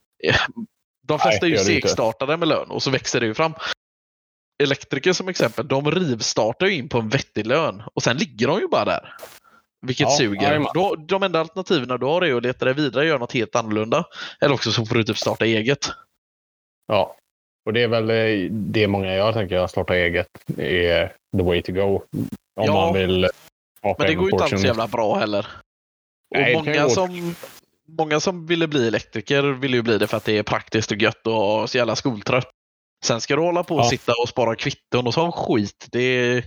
de flesta är ju segstartade med lön och så växer det ju fram. Elektriker som exempel, de rivstartar ju in på en vettig lön och sen ligger de ju bara där. Vilket suger. De enda alternativen du har är att leta dig vidare och göra något helt annorlunda. Eller också så får du typ starta eget. Ja, och det är väl det många jag tänker att starta eget är the way to go. Om man vill. Men det går ju inte alls så jävla bra heller. Nej, och många som ville bli elektriker vill ju bli det för att det är praktiskt och gött och så jävla skoltrött. Sen ska du hålla på och sitta och spara kvitton och sån skit. Det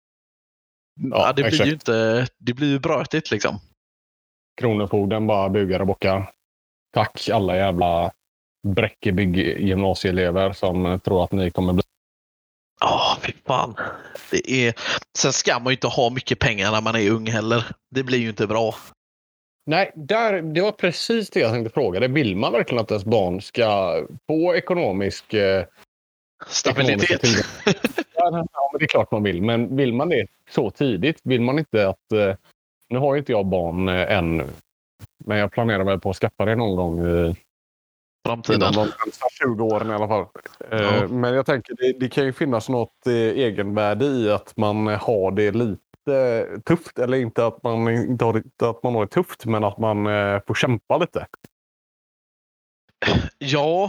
blir ju inte, det blir ju brötigt liksom. Kronofogden bara bugar och bockar. Tack alla jävla Bräckebygg gymnasieelever som tror att ni kommer bli. Fy fan. Sen ska man ju inte ha mycket pengar när man är ung heller. Det blir ju inte bra. Nej, det var precis det jag tänkte fråga. Det vill man verkligen att ens barn ska få ekonomisk stabilitet? Ja, men det är klart man vill. Men vill man det så tidigt? Vill man inte att... Nu har ju inte jag barn än. Men jag planerar väl på att skaffa det någon gång framtiden. Inom de nästa 20 åren i alla fall. Ja. Men jag tänker, det kan ju finnas något egenvärde i att man har det lite tufft. Eller inte att man inte har det tufft, men att man får kämpa lite. Ja,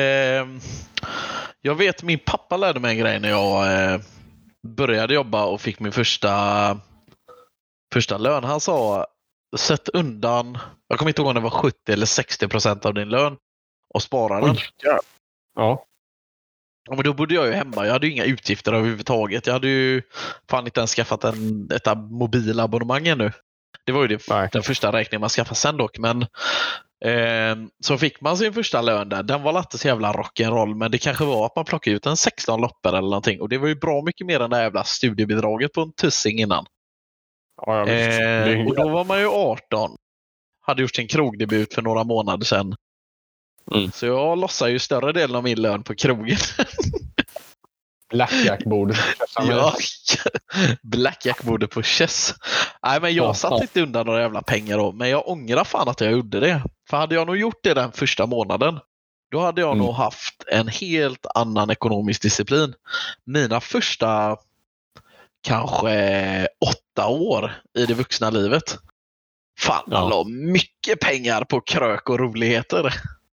jag vet min pappa lärde mig en grej när jag började jobba och fick min första lön. Han sa, sätt undan, jag kommer inte ihåg om det var 70 eller 60% av din lön och spara den. Ja. Ja, men då bodde jag ju hemma. Jag hade ju inga utgifter överhuvudtaget. Jag hade ju fan inte ens skaffat ett mobilabonnemang ännu. Det var ju den första räkningen man skaffade sen dock. Men så fick man sin första lön där. Den var inte så jävla rock'n'roll, men det kanske var att man plockade ut en 16 loppor eller någonting. Och det var ju bra mycket mer än det jävla studiebidraget på en tussing innan. Ja, och då var man ju 18. Hade gjort sin krogdebut för några månader sedan. Så jag lossar ju större delen av min lön på krogen. Blackjack-bordet. Ja, Blackjack-bordet på Chess. Nej, men jag satt inte undan några jävla pengar då. Men jag ångrar fan att jag gjorde det. För hade jag nog gjort det den första månaden, då hade jag nog haft en helt annan ekonomisk disciplin. Mina första kanske 8 år i det vuxna livet. Fan, man la mycket pengar på krök och roligheter.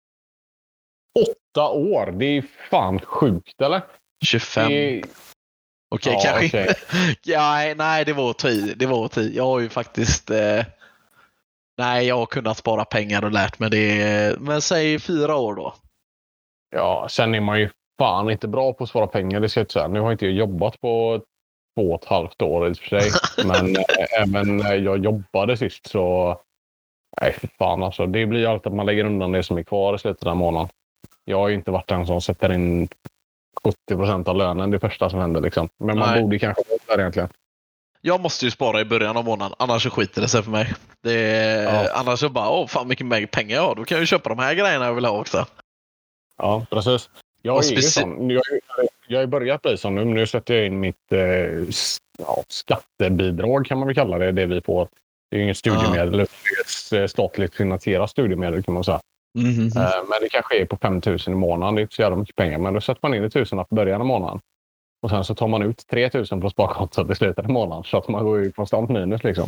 8 år? Det är fan sjukt, eller? 25. Okej, kanske. Okay. Ja, nej, det var 10. Det var 10. Jag har ju faktiskt... nej, jag har kunnat spara pengar och lärt mig det. Men säg 4 år då. Ja, sen är man ju fan inte bra på att spara pengar. Det ska jag inte säga. Nu har inte jag jobbat på 2,5 år i och för sig. Men även när jag jobbade sist så... Nej, för fan alltså. Det blir alltid att man lägger undan det som är kvar i slutet av månaden. Jag har ju inte varit den som sätter in 70% av lönen det första som händer liksom. Men man borde kanske vara där egentligen. Jag måste ju spara i början av månaden, annars så skiter det sig för mig. Annars så bara, fan mycket mer pengar jag har. Då kan jag ju köpa de här grejerna jag vill ha också. Ja, precis. Jag är ju sån. Jag har börjat bli sån nu. Nu sätter jag in mitt skattebidrag kan man väl kalla det. Det vi får. Det är ju inget studiemedel. Det är ett statligt finansierat studiemedel kan man säga. Men det kanske är på 5 000 i månaden. Det är inte så jävla mycket pengar. Men då sätter man in 1 000 på början av månaden. Och sen så tar man ut 3 000 på sparkontot i slutet av månaden. Så att man går ju konstant minus liksom.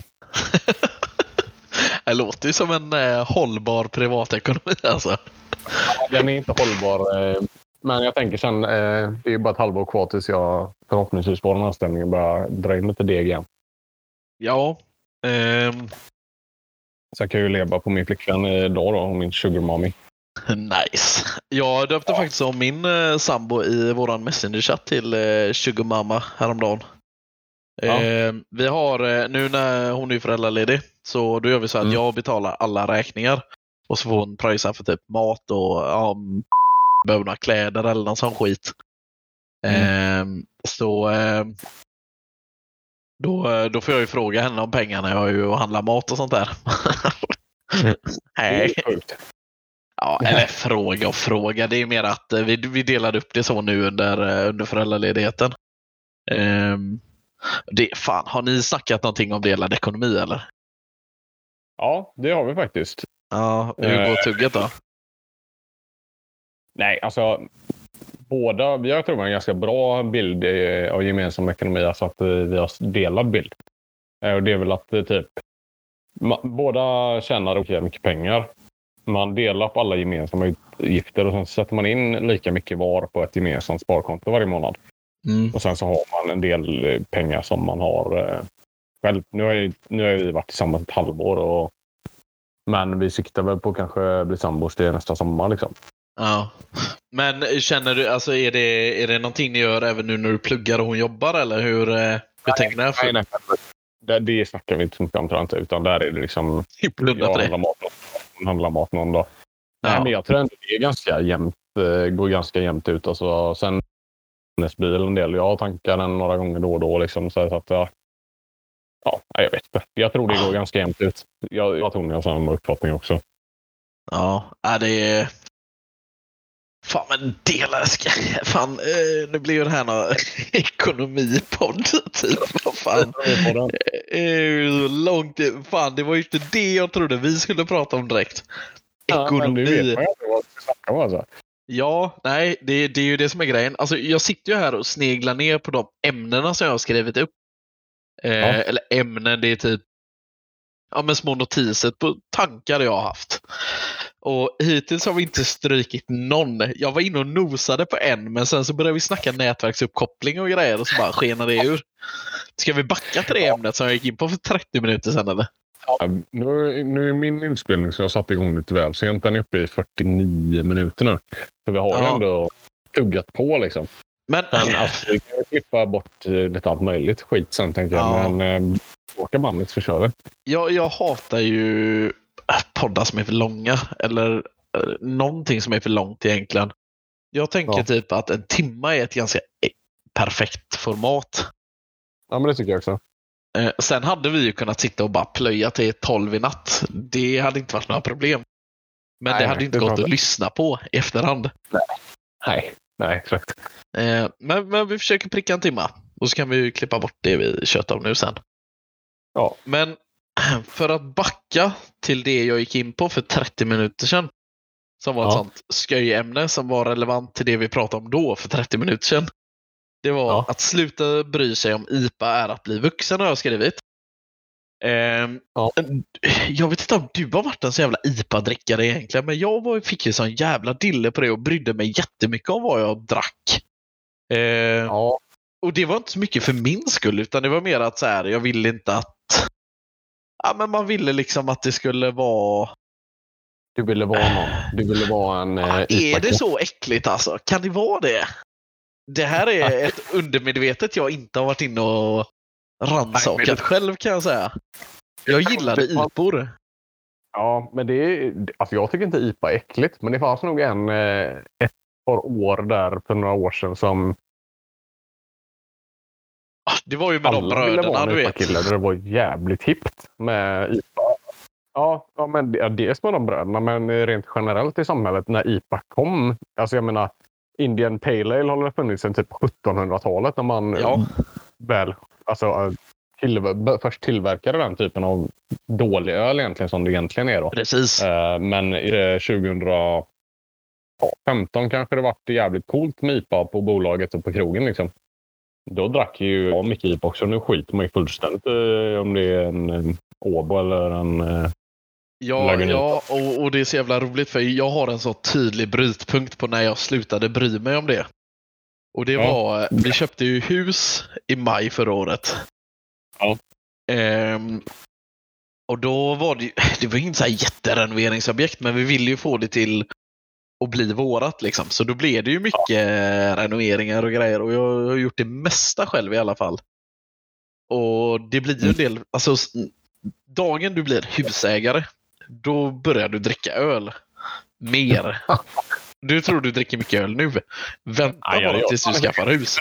Det låter ju som en hållbar privatekonomi alltså. Ja, den är inte hållbar. Men jag tänker sen, det är ju bara ett halvår kvar tills jag förhoppningsvis får en anställning och börjar dra in lite deg igen. Ja. Så jag kan ju leva på min flickvän idag då, och min sugar mommy. Nice. Jag döpte faktiskt om min sambo i våran messenger-chatt till sugar mama häromdagen. Vi har, nu när hon är föräldraledig, så då gör vi så att jag betalar alla räkningar. Och så får hon pröjsa för typ mat och behöver några kläder eller någon sån skit. Då får jag ju fråga henne om pengarna. Jag har ju att handla mat och sånt där. Nej. Ja, eller fråga. Det är mer att vi delade upp det så nu under föräldraledigheten. Fan, har ni snackat någonting om delad ekonomi eller? Ja, det har vi faktiskt. Ja, hur går tugget då? Nej, alltså båda, vi har tror jag en ganska bra bild av gemensam ekonomi, alltså att vi har delad bild. Och det är väl att typ båda tjänar okej mycket pengar. Man delar på alla gemensamma utgifter och sen sätter man in lika mycket var på ett gemensamt sparkonto varje månad. Och sen så har man en del pengar som man har själv. Nu har vi varit tillsammans ett halvår men vi siktar väl på kanske bli sambos till nästa sommar liksom. Ja. Men känner du, alltså är det någonting ni gör även nu när du pluggar och hon jobbar eller hur tänker ni? Nej. Det snackar vi inte så mycket om tror jag inte, utan där är det liksom jag handlar mat någon dag. Ja. Nej, men jag tror ändå det är ganska jämnt, går ganska jämnt ut och så sen hennes bil en del. Jag tankar den några gånger då och då liksom så att jag vet inte. Jag tror det går ganska jämnt ut. Jag tror ni har samma uppfattning också. Ja, det är... Fan, men fan, nu blir ju det här någon ekonomipodd typ. Vad fan. Långt, fan, det var ju inte det jag trodde vi skulle prata om direkt. Ekonomi. Ja, men du vet vad kan man säga. Ja, nej, det är ju det som är grejen. Alltså, jag sitter ju här och sneglar ner på de ämnena som jag har skrivit upp. Eller ämnen, det är typ men små notiser på tankar jag har haft. Och hittills har vi inte strykit någon. Jag var inne och nosade på en, men sen så började vi snacka nätverksuppkoppling och grejer och så bara skenar det ur. Ska vi backa till det ämnet som jag gick in på för 30 minuter sedan eller? Ja, nu är min inspelning så jag satte igång lite väl sent. Den är uppe i 49 minuter nu. Så vi har ju ändå tuggat på liksom. Men alltså, vi kan klippa bort lite allt möjligt skit sen tänker jag. Men åka bandet så kör det. Jag hatar ju poddar som är för långa. Eller någonting som är för långt egentligen. Jag tänker typ att en timme är ett ganska perfekt format. Ja, men det tycker jag också. Sen hade vi ju kunnat sitta och bara plöja till 12 i natt. Det hade inte varit några problem. Men det hade inte gått att lyssna på i efterhand. Nej, exakt. Men vi försöker pricka en timme. Och så kan vi klippa bort det vi kört om nu sen. Ja. Men för att backa till det jag gick in på för 30 minuter sedan. Som var ett sånt sköjämne som var relevant till det vi pratade om då för 30 minuter sedan. Det var att sluta bry sig om IPA är att bli vuxen, har jag skrivit. Jag vet inte om du har varit en så jävla IPA-drickare egentligen, men jag fick ju sån jävla dille på det och brydde mig jättemycket om vad jag drack. Och det var inte så mycket för min skull, utan det var mer att så här, jag ville inte att men man ville liksom att det skulle vara... Du ville vara någon. Du ville vara en... är det så äckligt alltså? Kan det vara det? Det här är ett undermedvetet jag inte har varit inne och rannsakat själv, kan jag säga. Jag gillade IPOR. Ja, men det är... Alltså jag tycker inte IPA är äckligt, men det fanns nog ett par år där för några år sedan som... Det var ju med de bröderna, du vet. Det var jävligt hippt med IPA. Ja, men dels med de bröderna, men rent generellt i samhället när IPA kom. Alltså jag menar, Indian Pale Ale har funnits sedan typ 1700-talet när man först tillverkade den typen av dålig öl egentligen som det egentligen är då. Precis. Men 2015 kanske det var jävligt coolt med IPA på bolaget och på krogen liksom. Då drack ju mycket IPA också. Nu skiter man ju fullständigt om det är en Åbo eller en... Ja, och det är så jävla roligt för jag har en så tydlig brytpunkt på när jag slutade bry mig om det. Och det var, vi köpte ju hus i maj förra året. Ja. Och då var det var inte så här jätterenoveringsobjekt, men vi ville ju få det till att bli vårat liksom. Så då blev det ju mycket renoveringar och grejer, och jag har gjort det mesta själv i alla fall. Och det blir ju en del, alltså dagen du blir husägare, då börjar du dricka öl mer. Du tror du dricker mycket öl nu. Vänta bara tills du skaffar hus.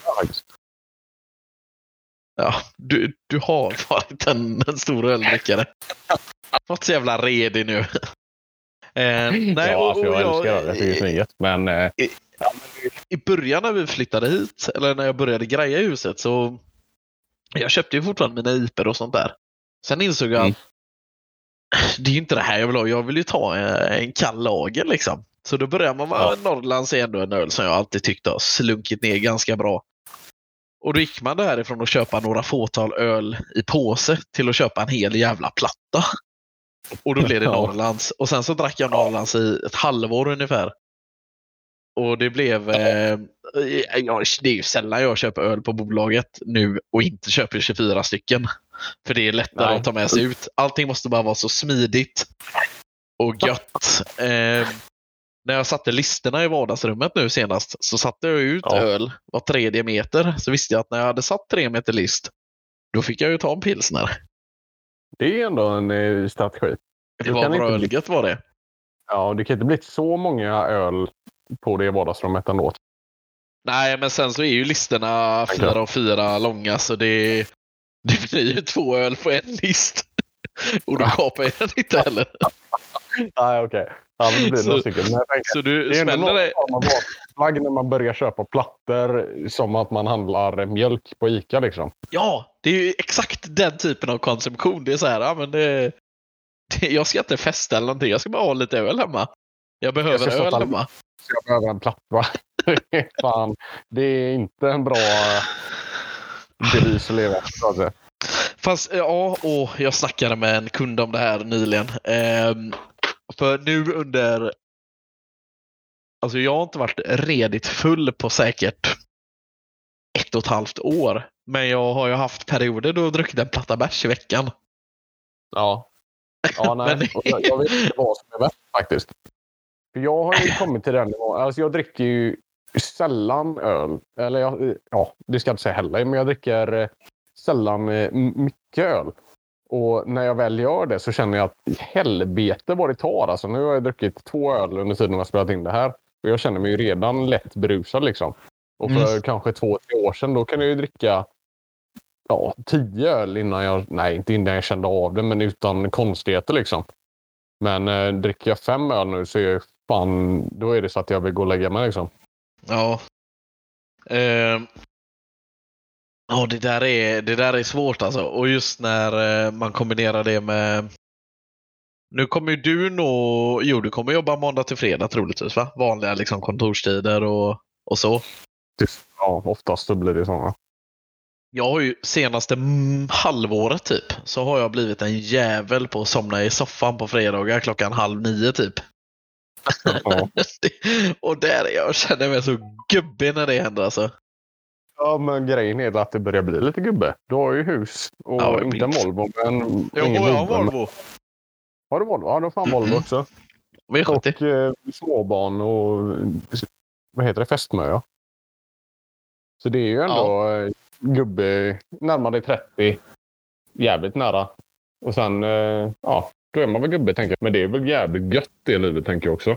Ja, du har varit en stor öldrickare. Vad så jävla redig nu. Nej, jag älskar det. Jag tycker det är snyggt. Men i början när vi flyttade hit, eller när jag började greja huset, så jag köpte ju fortfarande mina IPer och sånt där. Sen insåg jag att det är ju inte det här jag vill ha. Jag vill ju ta en kall lager liksom. Så då börjar man med Norrlands är ändå en öl som jag alltid tyckte har slunkit ner ganska bra. Och då gick man därifrån att köpa några fåtal öl i påse till att köpa en hel jävla platta. Och då blev det Norrlands. Och sen så drack jag Norrlands i ett halvår ungefär. Och det blev... det är ju sällan jag köper öl på bolaget nu och inte köper 24 stycken. För det är lättare att ta med sig ut. Allting måste bara vara så smidigt och gött. När jag satte listorna i vardagsrummet nu senast, så satte jag ut öl var 3 meter. Så visste jag att när jag hade satt 3 meter list, då fick jag ju ta en pilsner. Det är ändå en strategi. Det var bra ölgött var det. Ja, det kan inte bli så många öl på det vardagsrummet ändå. Nej, men sen så är ju listorna 4 och 4 långa, så det blir ju 2 öl på en list. Och då kapar jag den inte heller. Nej, okej. Ja, det blir några stycken. Så du smäller det? Flagg när man börjar köpa plattor som att man handlar mjölk på ICA liksom. Ja, det är ju exakt den typen av konsumtion. Det är så här, men jag ska inte festa eller någonting. Jag ska bara ha lite öl hemma. Jag behöver öl hemma. Så jag behöver en platta. Fan, det är inte en bra devis att leva efter. Fast jag snackade med en kund om det här nyligen. För nu under... Alltså jag har inte varit redigt full på säkert 1,5 år. Men jag har ju haft perioder då jag druckit en platta bärs i veckan. Ja. Ja, nej. Jag vet inte vad som är värst faktiskt. För jag har ju kommit till den nivån. Alltså jag dricker ju sällan öl. Eller det ska jag inte säga heller. Men jag dricker sällan mycket öl. Och när jag väl gör det så känner jag att helvete vad det tar. Alltså nu har jag druckit 2 öl under tiden jag har spelat in det här. Och jag känner mig ju redan lätt brusad liksom. Och för kanske 2-3 år sedan då kan jag ju dricka 10 öl innan jag... Nej, inte innan jag kände av det, men utan konstigheter liksom. Men dricker jag 5 öl nu så är jag fan... Då är det så att jag vill gå och lägga mig liksom. Ja. Det där är svårt alltså. Och just när man kombinerar det med... Nu kommer ju du nog... Jo, du kommer jobba måndag till fredag troligtvis, va? Vanliga liksom kontorstider och så. Ja, oftast så blir det sådana. Jag har ju senaste halvåret typ så har jag blivit en jävel på att somna i soffan på fredagar 8:30 typ. Ja. Och jag känner mig så gubbig när det händer alltså. Ja, men grejen är att det börjar bli lite gubbe. Du har ju hus och inte en Volvo, men... Jag har Volvo. Har du Volvo? Ja, du har fan Volvo också. Och småbarn och... Vad heter det? Fästmö, Så det är ju ändå gubbe närmare 30. Jävligt nära. Och sen, då är man väl gubbe, tänker jag. Men det är väl jävligt gött det livet, tänker jag också.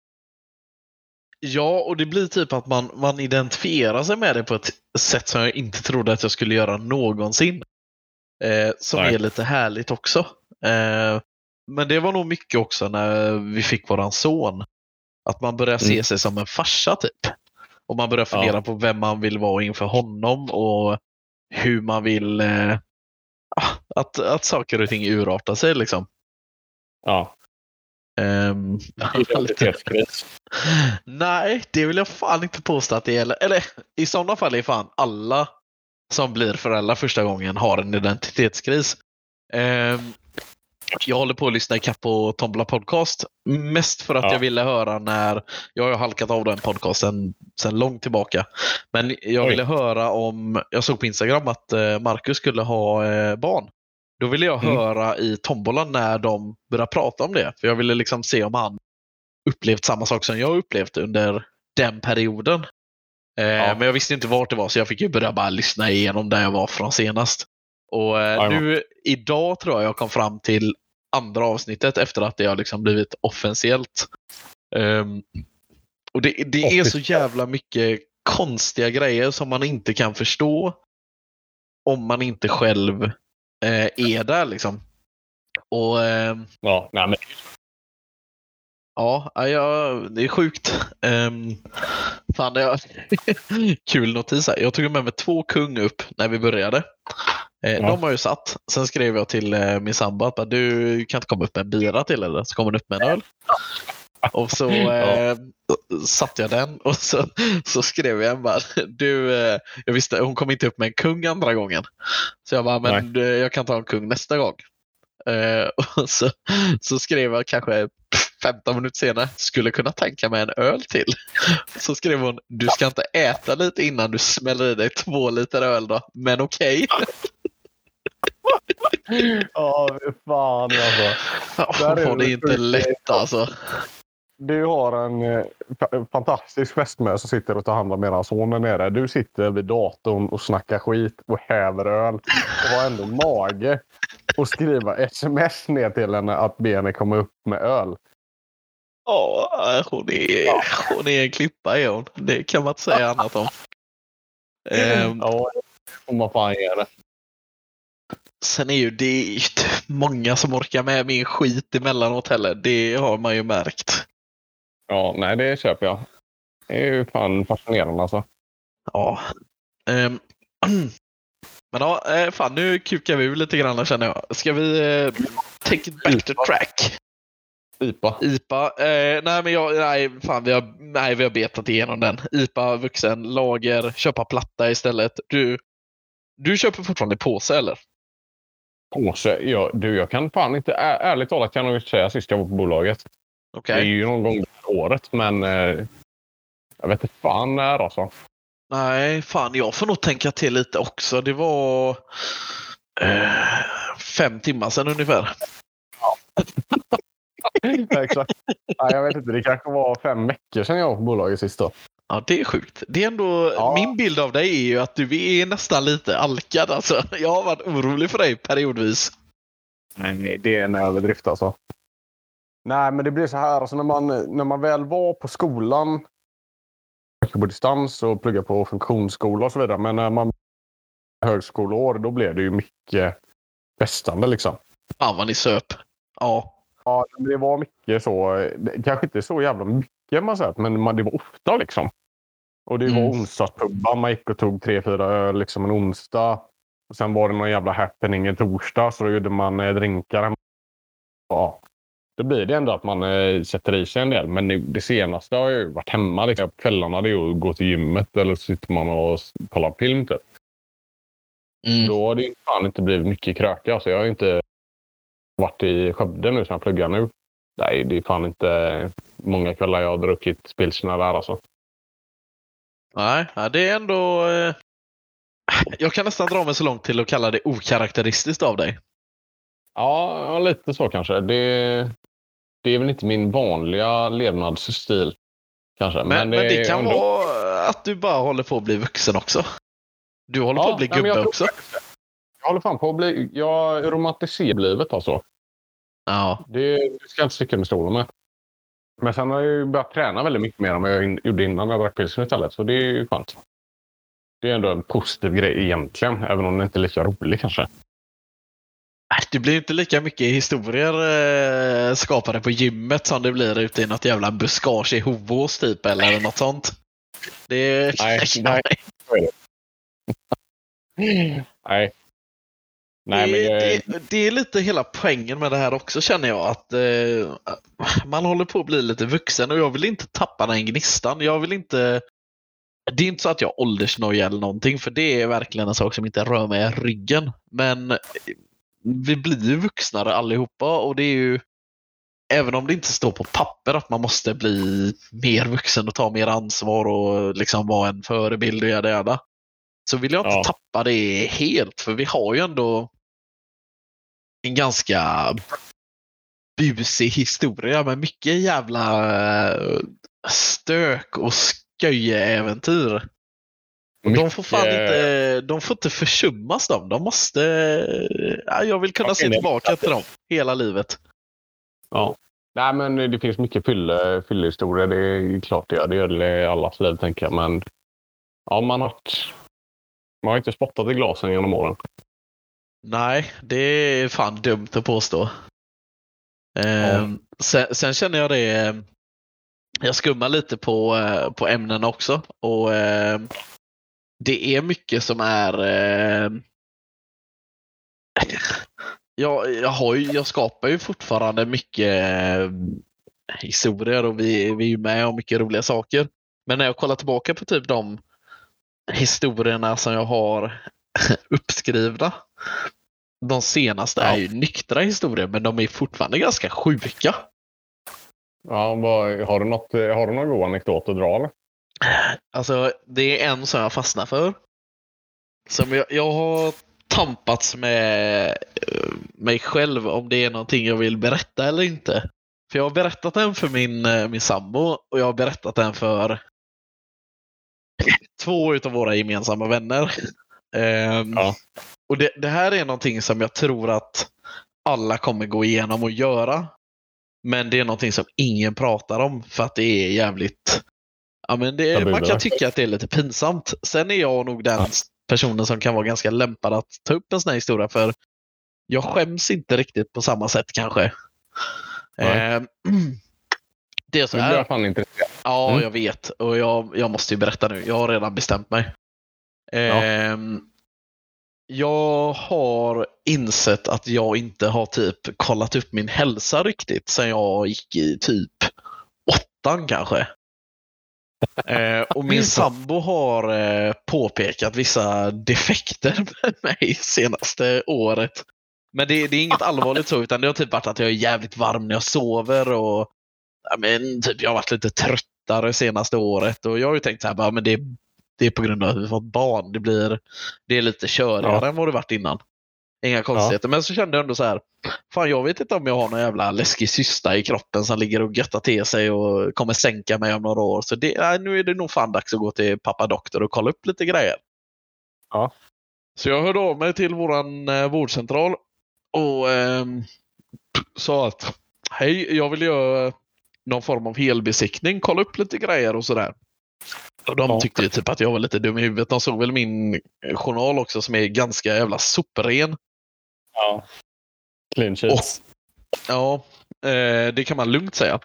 Ja, och det blir typ att man identifierar sig med det på ett sätt som jag inte trodde att jag skulle göra någonsin. Som är lite härligt också. Men det var nog mycket också när vi fick våran son. Att man börjar se sig som en farsa typ. Och man börjar fundera på vem man vill vara inför honom och hur man vill att saker och ting urartar sig liksom. Ja. Identitetskris. Nej, det vill jag fan inte påstå att det gäller. Eller i sådana fall är fan alla som blir föräldrar första gången har en identitetskris. Jag håller på att lyssna ikapp på Tombola podcast. Mest för att jag ville höra när... Jag har halkat av den podcasten sedan långt tillbaka. Men jag ville höra om... Jag såg på Instagram att Marcus skulle ha barn. Då ville jag höra i Tombola när de började prata om det. För jag ville liksom se om han upplevt samma sak som jag upplevt under den perioden. Men jag visste inte vart det var, så jag fick ju börja bara lyssna igenom där jag var från senast. Och nu idag tror jag kom fram till andra avsnittet efter att det har liksom blivit offensiellt. Och det är så jävla mycket konstiga grejer som man inte kan förstå om man inte själv är där liksom. Och det är sjukt. Fan, det är kul notis här. Jag tog med mig 2 kung upp när vi började. De har ju satt. Sen skrev jag till min sambo att du kan inte komma upp med en bira till eller så kommer du upp med en öl. Och så satte jag den och så skrev jag bara jag visste hon kom inte upp med en kung andra gången. Så jag bara, men jag kan ta en kung nästa gång. Och så skrev jag kanske 15 minuter senare, skulle kunna tänka mig en öl till. Så skrev hon, du ska inte äta lite innan du smäller i dig 2 liter öl då, men okej. Ja, fan alltså. Det är inte lätt alltså. Du har en fantastisk fästmö som sitter och tar hand om era son där nere. Du sitter vid datorn och snackar skit och häver öl. Och har ändå mage och skriva sms ner till henne att be henne komma upp med öl. Ja, hon är en klippa är hon. Det kan man inte säga annat om. Ja, om man fan gör det. Sen är det många som orkar med min skit emellanåt heller. Det har man ju märkt. Ja, nej det köper jag. Det är ju fan fascinerande alltså. Ja. Men ja, fan nu kukar vi lite grann känner jag. Ska vi take it back to track? IPA. Nej, men vi har betat igenom den. IPA, vuxen, lager, köpa platta istället. Du köper fortfarande påse, eller? Påse? Jag kan fan inte, ärligt talat kan jag inte säga sist jag var på bolaget. Okay. Det är ju någon gång i året, men jag vet inte fan när alltså. Nej, fan, jag får nog tänka till lite också. Det var 5 timmar sedan ungefär. Ja, exakt. Ja, jag vet inte, det kanske var 5 veckor sedan jag var på bolaget sist då. Ja, det är sjukt. Det är ändå, min bild av dig är ju att du är nästan lite alkad. Alltså. Jag har varit orolig för dig periodvis. Nej, det är en överdrift alltså. Nej, men det blir så här. Alltså, när man väl var på skolan på distans och plugga på funktionsskola och så vidare. Men när man högskoleår, då blev det ju mycket festande liksom. Ja, vad ni söp. Ja. Ja, det var mycket så. Kanske inte så jävla mycket man söp, men det var ofta liksom. Och det var onsdagspubbar. Man gick och tog 3-4 öl liksom en onsdag. Och sen var det någon jävla happening en torsdag. Så då gjorde man drinkar. Ja. Då blir det ändå att man sätter i sig en del. Men det senaste har ju varit hemma. Liksom. På kvällarna det är ju att gå till gymmet. Eller så sitter man och kollar film typ. Då har det ju fan inte blivit mycket kröka. Så jag har inte varit i Skövde nu som jag pluggar nu. Nej, det är fan inte många kvällar jag har druckit spilsarna där alltså. Nej, det är ändå... Jag kan nästan dra mig så långt till att kalla det okaraktäristiskt av dig. Ja, lite så kanske. Det är väl inte min vanliga levnadsstil. Kanske. Men det kan vara att du bara håller på att bli vuxen också. Du håller på att bli gubbe också. Jag håller fan på att bli... Jag romantiserar livet alltså. Ja. Det ska jag inte sticka med stolen med. Men sen har jag ju börjat träna väldigt mycket mer än vad jag gjorde innan jag drack pilsner istället. Så det är ju skönt. Det är ändå en positiv grej egentligen. Även om den inte är lika rolig kanske. Det blir inte lika mycket historier skapade på gymmet som det blir ute i något jävla buskage i Hovås typ eller något sånt. Det Nej. Nej. Nej, det är lite hela poängen med det här också känner jag att man håller på att bli lite vuxen och jag vill inte tappa den gnistan. Jag vill inte... Det är inte så att jag åldersnojar eller någonting för det är verkligen en sak som inte rör mig i ryggen. Men vi blir ju vuxnare allihopa och det är ju även om det inte står på papper att man måste bli mer vuxen och ta mer ansvar och liksom vara en förebild och göra det. Så vill jag inte tappa det helt för vi har ju ändå en ganska busig historia med mycket jävla stök och sköjeäventyr. De får fan inte, de får inte försummas dem. De måste, jag vill kunna se tillbaka till dem hela livet. Ja. Nej, men det finns mycket fyllehistoria. Det är klart det gör det i allas liv tänker jag. Men ja, man har inte spottat i glasen genom åren. Nej, det är fan dumt att påstå. Sen känner jag det. Jag skummar lite på ämnen också. Och det är mycket som är... Jag skapar ju fortfarande mycket historier och vi är ju med om mycket roliga saker. Men när jag kollar tillbaka på typ de historierna som jag har uppskrivna. De senaste är ju nyktra historier men de är fortfarande ganska sjuka. Ja, har du någon god anekdot att dra eller? Alltså det är en som jag fastnar för. Som jag har tampats med mig själv om det är någonting jag vill berätta eller inte. För jag har berättat den för min sambo och jag har berättat den för 2 utav våra gemensamma vänner. Och det här är någonting som jag tror att alla kommer gå igenom och göra. Men det är någonting som ingen pratar om för att det är jävligt... Ja, men man kan tycka att det är lite pinsamt. Sen är jag nog den personen som kan vara ganska lämpad att ta upp en sån här historia för jag skäms inte riktigt på samma sätt kanske. Det är så här. Jag fan intresserad. Ja, jag vet. Och jag måste ju berätta nu. Jag har redan bestämt mig. Jag har insett att jag inte har typ kollat upp min hälsa riktigt sen jag gick i typ 8 kanske. Och min sambo har påpekat vissa defekter med mig senaste året. Men det är inget allvarligt så, utan det har typ varit att jag är jävligt varm när jag sover och typ jag har varit lite tröttare senaste året. Och jag har ju tänkt så här, bara, men det är på grund av att vi fått barn. Det är lite körigare än vad det varit innan. Inga konstigheter. Men så kände jag ändå så här, fan jag vet inte om jag har någon jävla läskig cysta i kroppen som ligger och göttar till sig och kommer sänka mig om några år. Så nu är det nog fan dags att gå till pappa doktor och kolla upp lite grejer. Ja. Så jag hörde av mig till våran vårdcentral och sa att hej, jag vill göra någon form av helbesiktning, kolla upp lite grejer och sådär. Och de tyckte ju typ att jag var lite dum i huvudet. De såg väl min journal också som är ganska jävla sopren. Ja. Clean sheets. Ja, det kan man lugnt säga.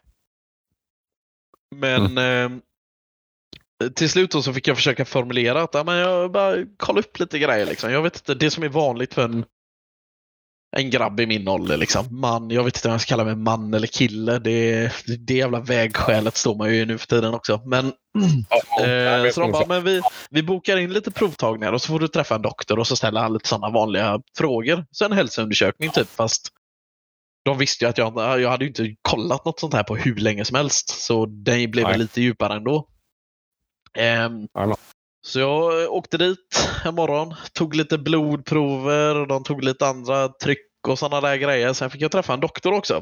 Men till slut så fick jag försöka formulera att jag bara kolla upp lite grejer liksom. Jag vet inte, det som är vanligt för en grabb i min ålder liksom. Man, jag vet inte om jag ska kalla mig man eller kille. Det jävla vägskälet står man ju nu för tiden också. Men så de bara, men vi bokar in lite provtagningar och så får du träffa en doktor och så ställer han lite sådana vanliga frågor. Så en hälsoundersökning typ, fast de visste ju att jag hade ju inte kollat något sånt här på hur länge som helst. Så den blev lite djupare ändå. Så jag åkte dit en morgon, tog lite blodprover och de tog lite andra tryck och sådana där grejer. Sen fick jag träffa en doktor också.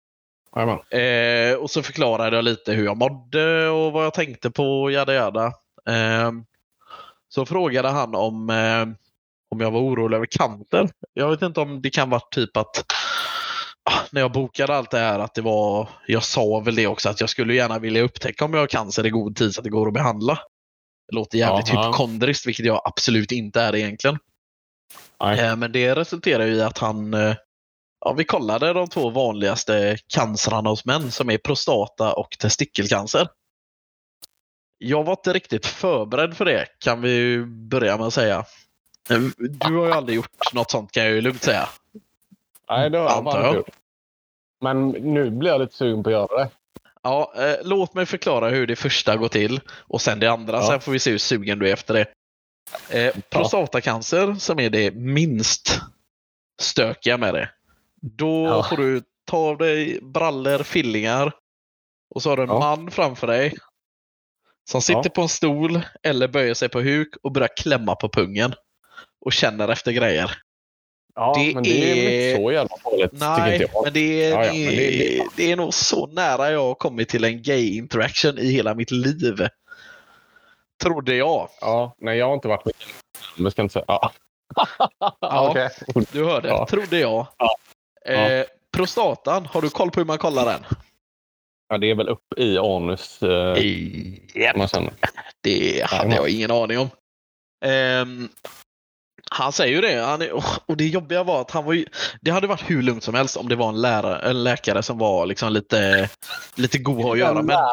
Och så förklarade jag lite hur jag mådde och vad jag tänkte på, jada. Så frågade han om jag var orolig över cancer. Jag vet inte om det kan vara typ att när jag bokade allt det här att det var, jag sa väl det också, att jag skulle gärna vilja upptäcka om jag har cancer i god tid så att det går att behandla. Det låter jävligt hypokondriskt, vilket jag absolut inte är egentligen. Men det resulterar ju i att vi kollade de 2 vanligaste cancerna hos män, som är prostata och testikelcancer. Jag var inte riktigt förberedd för det, kan vi börja med att säga. Du har ju aldrig gjort något sånt, kan jag ju lugnt säga. Nej, det har jag inte gjort. Men nu blir jag lite sugen på att göra det. Ja, låt mig förklara hur det första går till och sen det andra, sen får vi se hur sugen du är efter det. Prostatacancer, som är det minst stökiga med det. Då får du ta av dig brallor, fillingar och så har du en man framför dig som sitter på en stol eller böjer sig på huk och börjar klämma på pungen och känner efter grejer. Ja, men det är inte så jävla farligt. Nej, men det är nog så nära jag har kommit till en gay interaction i hela mitt liv. Trodde jag. Ja, nej, jag har inte varit med. Men ska inte säga. Okay. Du hörde, trodde jag. Prostatan, har du koll på hur man kollar den? Ja, det är väl upp i anus. Det hade jag ingen aning om. Han säger ju det. Och det jobbiga var att det hade varit hur lugnt som helst om det var en läkare som var liksom lite god att göra. Men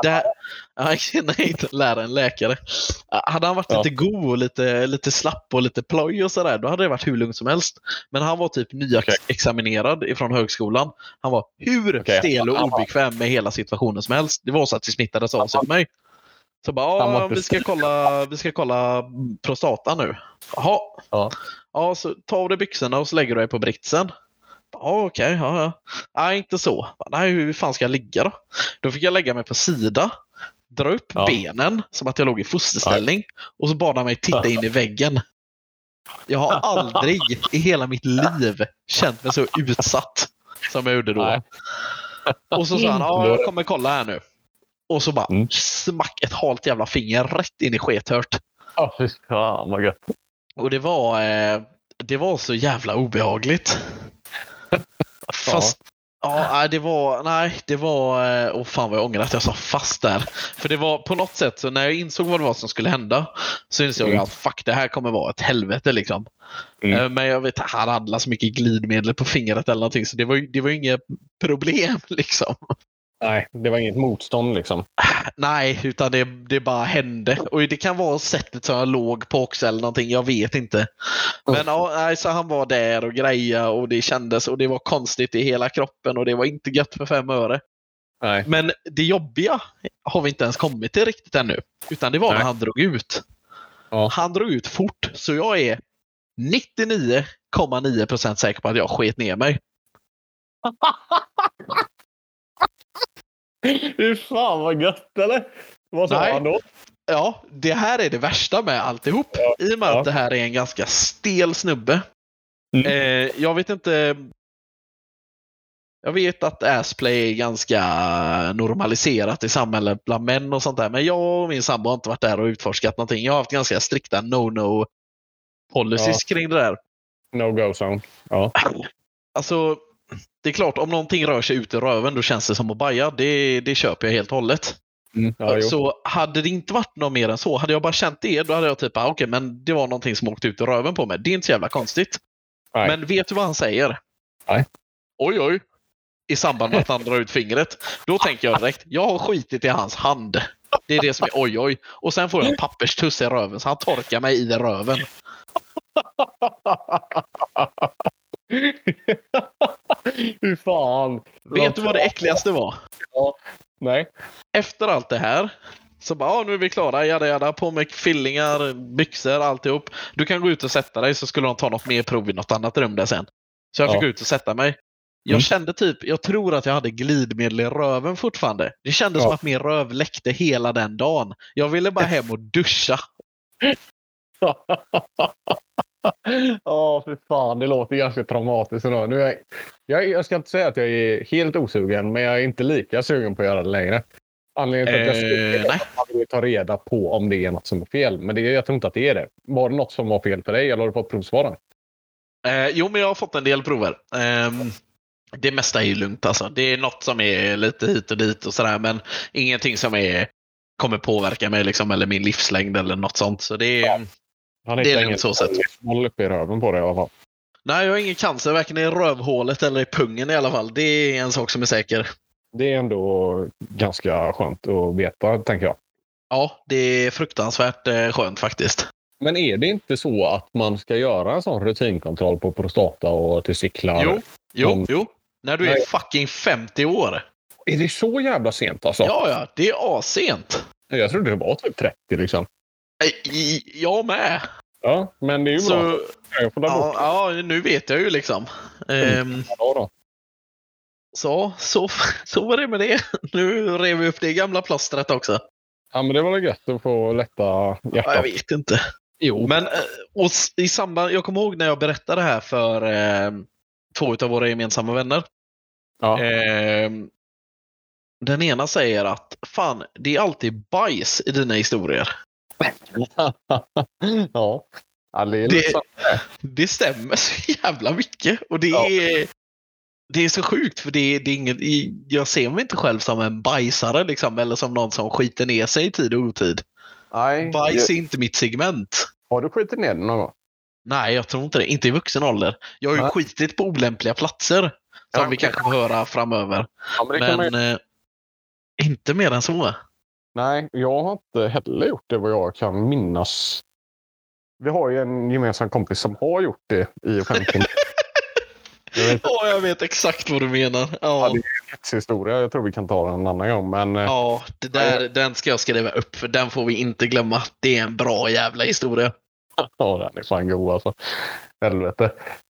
en läkare. Hade han varit lite god och lite slapp och lite ploj och sådär, då hade det varit hur lugnt som helst. Men han var typ nyexaminerad ifrån högskolan. Han var hur stel och obekväm med hela situationen som helst. Det var så att det smittades av sig på mig. Så bara, vi ska kolla prostatan nu. Jaha. Ja, så tar av dig byxorna och så lägger du dig på britsen. Okej. Nej, inte så. Nej, hur fan ska jag ligga då? Då fick jag lägga mig på sida, dra upp benen som att jag låg i fosterställning och så bad han mig titta in i väggen. Jag har aldrig i hela mitt liv känt mig så utsatt som jag gjorde då. Nej. Och så sa han, jag kommer kolla här nu. Och så bara smack ett halt jävla finger rätt in i skethört. Vad gött. Och det var så jävla obehagligt. Fast det var fan vad jag ångrar att jag sa fast där. För det var på något sätt, så när jag insåg vad det var som skulle hända, så insåg jag att fuck, det här kommer vara ett helvete liksom. Men jag vet, han hade så mycket glidmedel på fingret eller någonting, så det var ju inget problem liksom. Nej, det var inget motstånd liksom. Nej, utan det bara hände. Och det kan vara sättet som jag låg på också eller någonting. Jag vet inte. Men ja, så han var där och greja och det kändes och det var konstigt i hela kroppen och det var inte gött för 5 öre. Nej. Men det jobbiga har vi inte ens kommit till riktigt ännu. Utan det var när han drog ut. Ja. Han drog ut fort. Så jag är 99,9% säker på att jag sket ner mig. Fy fan vad gött, eller? Vad sa han då? Ja, det här är det värsta med alltihop. I och med att det här är en ganska stel snubbe. Jag vet inte... Jag vet att assplay är ganska normaliserat i samhället bland män och sånt där. Men jag och min sambo har inte varit där och utforskat någonting. Jag har haft ganska strikta no-no policies kring det där. No-go zone. Ja. Alltså, det är klart, om någonting rör sig ut i röven då känns det som att baja. Det köper jag helt och hållet. Så hade det inte varit något mer än så, hade jag bara känt det, då hade jag typ, okej, men det var någonting som åkte ut i röven på mig. Det är inte så jävla konstigt. Nej. Men vet du vad han säger? Nej. Oj. I samband med att han drar ut fingret. Då tänker jag direkt, jag har skitit i hans hand. Det är det som är oj. Och sen får jag en papperstuss i röven, så han torkar mig i röven. Hur fan. Vet du vad det äckligaste var? Ja. Nej. Efter allt det här så bara, nu är vi klara, jada, på med fillingar, byxor, alltihop. Du kan gå ut och sätta dig, så skulle de ta något mer prov i något annat rum där sen. Så jag fick gå ut och sätta mig. Jag kände jag tror att jag hade glidmedel i röven fortfarande. Det kändes som att min röv läckte hela den dagen. Jag ville bara hem och duscha. För fan, det låter ganska traumatiskt. Jag ska inte säga att jag är helt osugen, men jag är inte lika sugen på att göra det längre. Anledningen till att jag vill ta reda på om det är något som är fel. Men jag tror inte att det är det. Var det något som var fel för dig, eller har du fått provsvaren? Jo, men jag har fått en del prover. Det mesta är ju lugnt alltså. Det är något som är lite hit och dit och sådär, men ingenting som kommer påverka mig liksom, eller min livslängd eller något sånt. Så det är, det är lugnt så sätt. Håll upp i röven på det i alla fall. Nej, jag har ingen cancer, varken i rövhålet eller i pungen i alla fall. Det är en sak som är säker. Det är ändå ganska skönt att veta, tänker jag. Ja, det är fruktansvärt skönt faktiskt. Men är det inte så att man ska göra en sån rutinkontroll på prostata och testiklar? Jo. När du är fucking 50 år. Är det så jävla sent alltså? Ja, det är asent. Jag trodde det var typ 30 liksom. Jag med. Ja, men det är ju bra. Ja, nu vet jag ju liksom. Så var det med det. Nu rev vi upp det gamla plåstret också. Ja, men det var gött att få lätta hjärtat. Ja, jag vet inte. Jo. Men och i samband, jag kommer ihåg när jag berättade det här för 2 av våra gemensamma vänner. Ja. Den ena säger att fan, det är alltid bajs i dina historier. Ja. Det stämmer så jävla mycket. Och det är så sjukt, för det är inget, jag ser mig inte själv som en bajsare liksom, eller som någon som skiter ner sig i tid och otid. Nej. Bajs är inte mitt segment. Har du skitit ner den någon gång? Nej, jag tror inte det. Inte i vuxen ålder. Jag har ju skitit på olämpliga platser. Som vi kanske får höra framöver. Ja, men inte mer än så. Nej, jag har inte heller gjort det vad jag kan minnas. Vi har ju en gemensam kompis som har gjort det i offentligheten. Jag vet exakt vad du menar. Ja, det är en historia. Jag tror vi kan ta den en annan gång. Men, ja, den ska jag skriva upp, för den får vi inte glömma. Det är en bra jävla historia. Ja, den är fan god alltså. Helvete.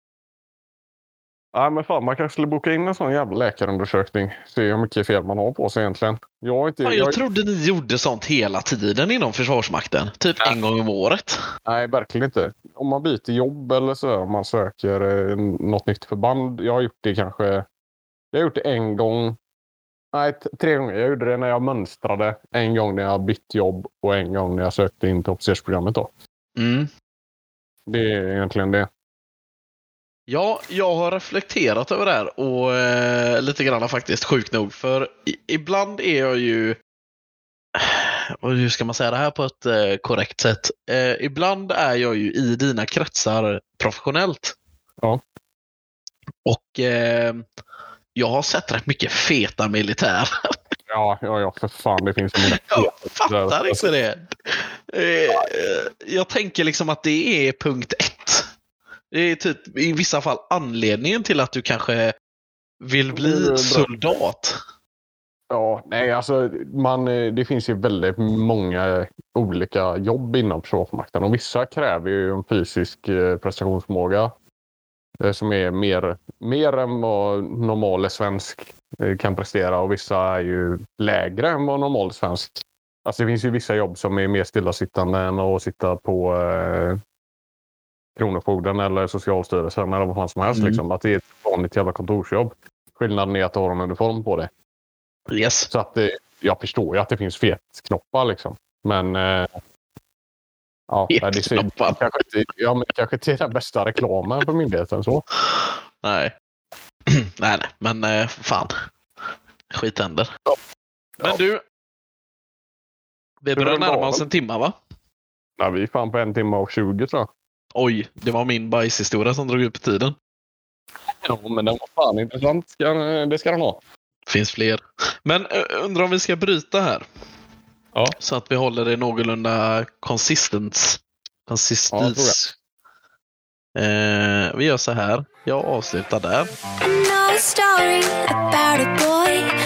Nej, men fan, man kanske skulle boka in en sån jävla läkarundersökning. Se hur mycket fel man har på sig egentligen. Jag trodde ni gjorde sånt hela tiden inom Försvarsmakten. Typ en gång om året. Nej, verkligen inte. Om man byter jobb eller så, om man söker något nytt förband. Jag har gjort det kanske... Jag har gjort det en gång. Nej, 3 gånger. Jag gjorde det när jag mönstrade. En gång när jag bytt jobb. Och en gång när jag sökte in till officersprogrammet då. Mm. Det är egentligen det. Ja, jag har reflekterat över det här och lite grann faktiskt, sjukt nog. För ibland är jag ju, och hur ska man säga det här på ett korrekt sätt? Ibland är jag ju i dina kretsar professionellt. Ja. Och jag har sett rätt mycket feta militär. Ja, för fan. Det finns en jag fattar inte det. Jag tänker liksom att det är punkt 1. Det är typ i vissa fall anledningen till att du kanske vill bli soldat. Ja, nej, alltså det finns ju väldigt många olika jobb inom Försvarsmakten och vissa kräver ju en fysisk prestationsförmåga som är mer än vad normal svensk kan prestera och vissa är ju lägre än vad normal svensk. Alltså det finns ju vissa jobb som är mer stillasittande än att sitta på Kronofogden eller Socialstyrelsen eller vad fan som helst. Liksom. Att det är ett vanligt jävla kontorsjobb. Skillnaden är att du har en uniform på det. Yes. Så att jag förstår ju att det finns fetknoppar liksom. Men kanske inte är den bästa reklamen för myndigheten så. Nej. nej, men fan. Skit händer. Ja. Men du, vi börjar närma oss en timme, va? Ja, vi är fan på 1 timme och 20 tror jag. Oj, det var min bajshistoria som drog ut på tiden. Ja, men den var fan intressant. Det ska den ha. Finns fler. Men undrar om vi ska bryta här. Ja. Så att vi håller det någorlunda konsistens. Vi gör så här. Jag avslutar där. I know a story about a boy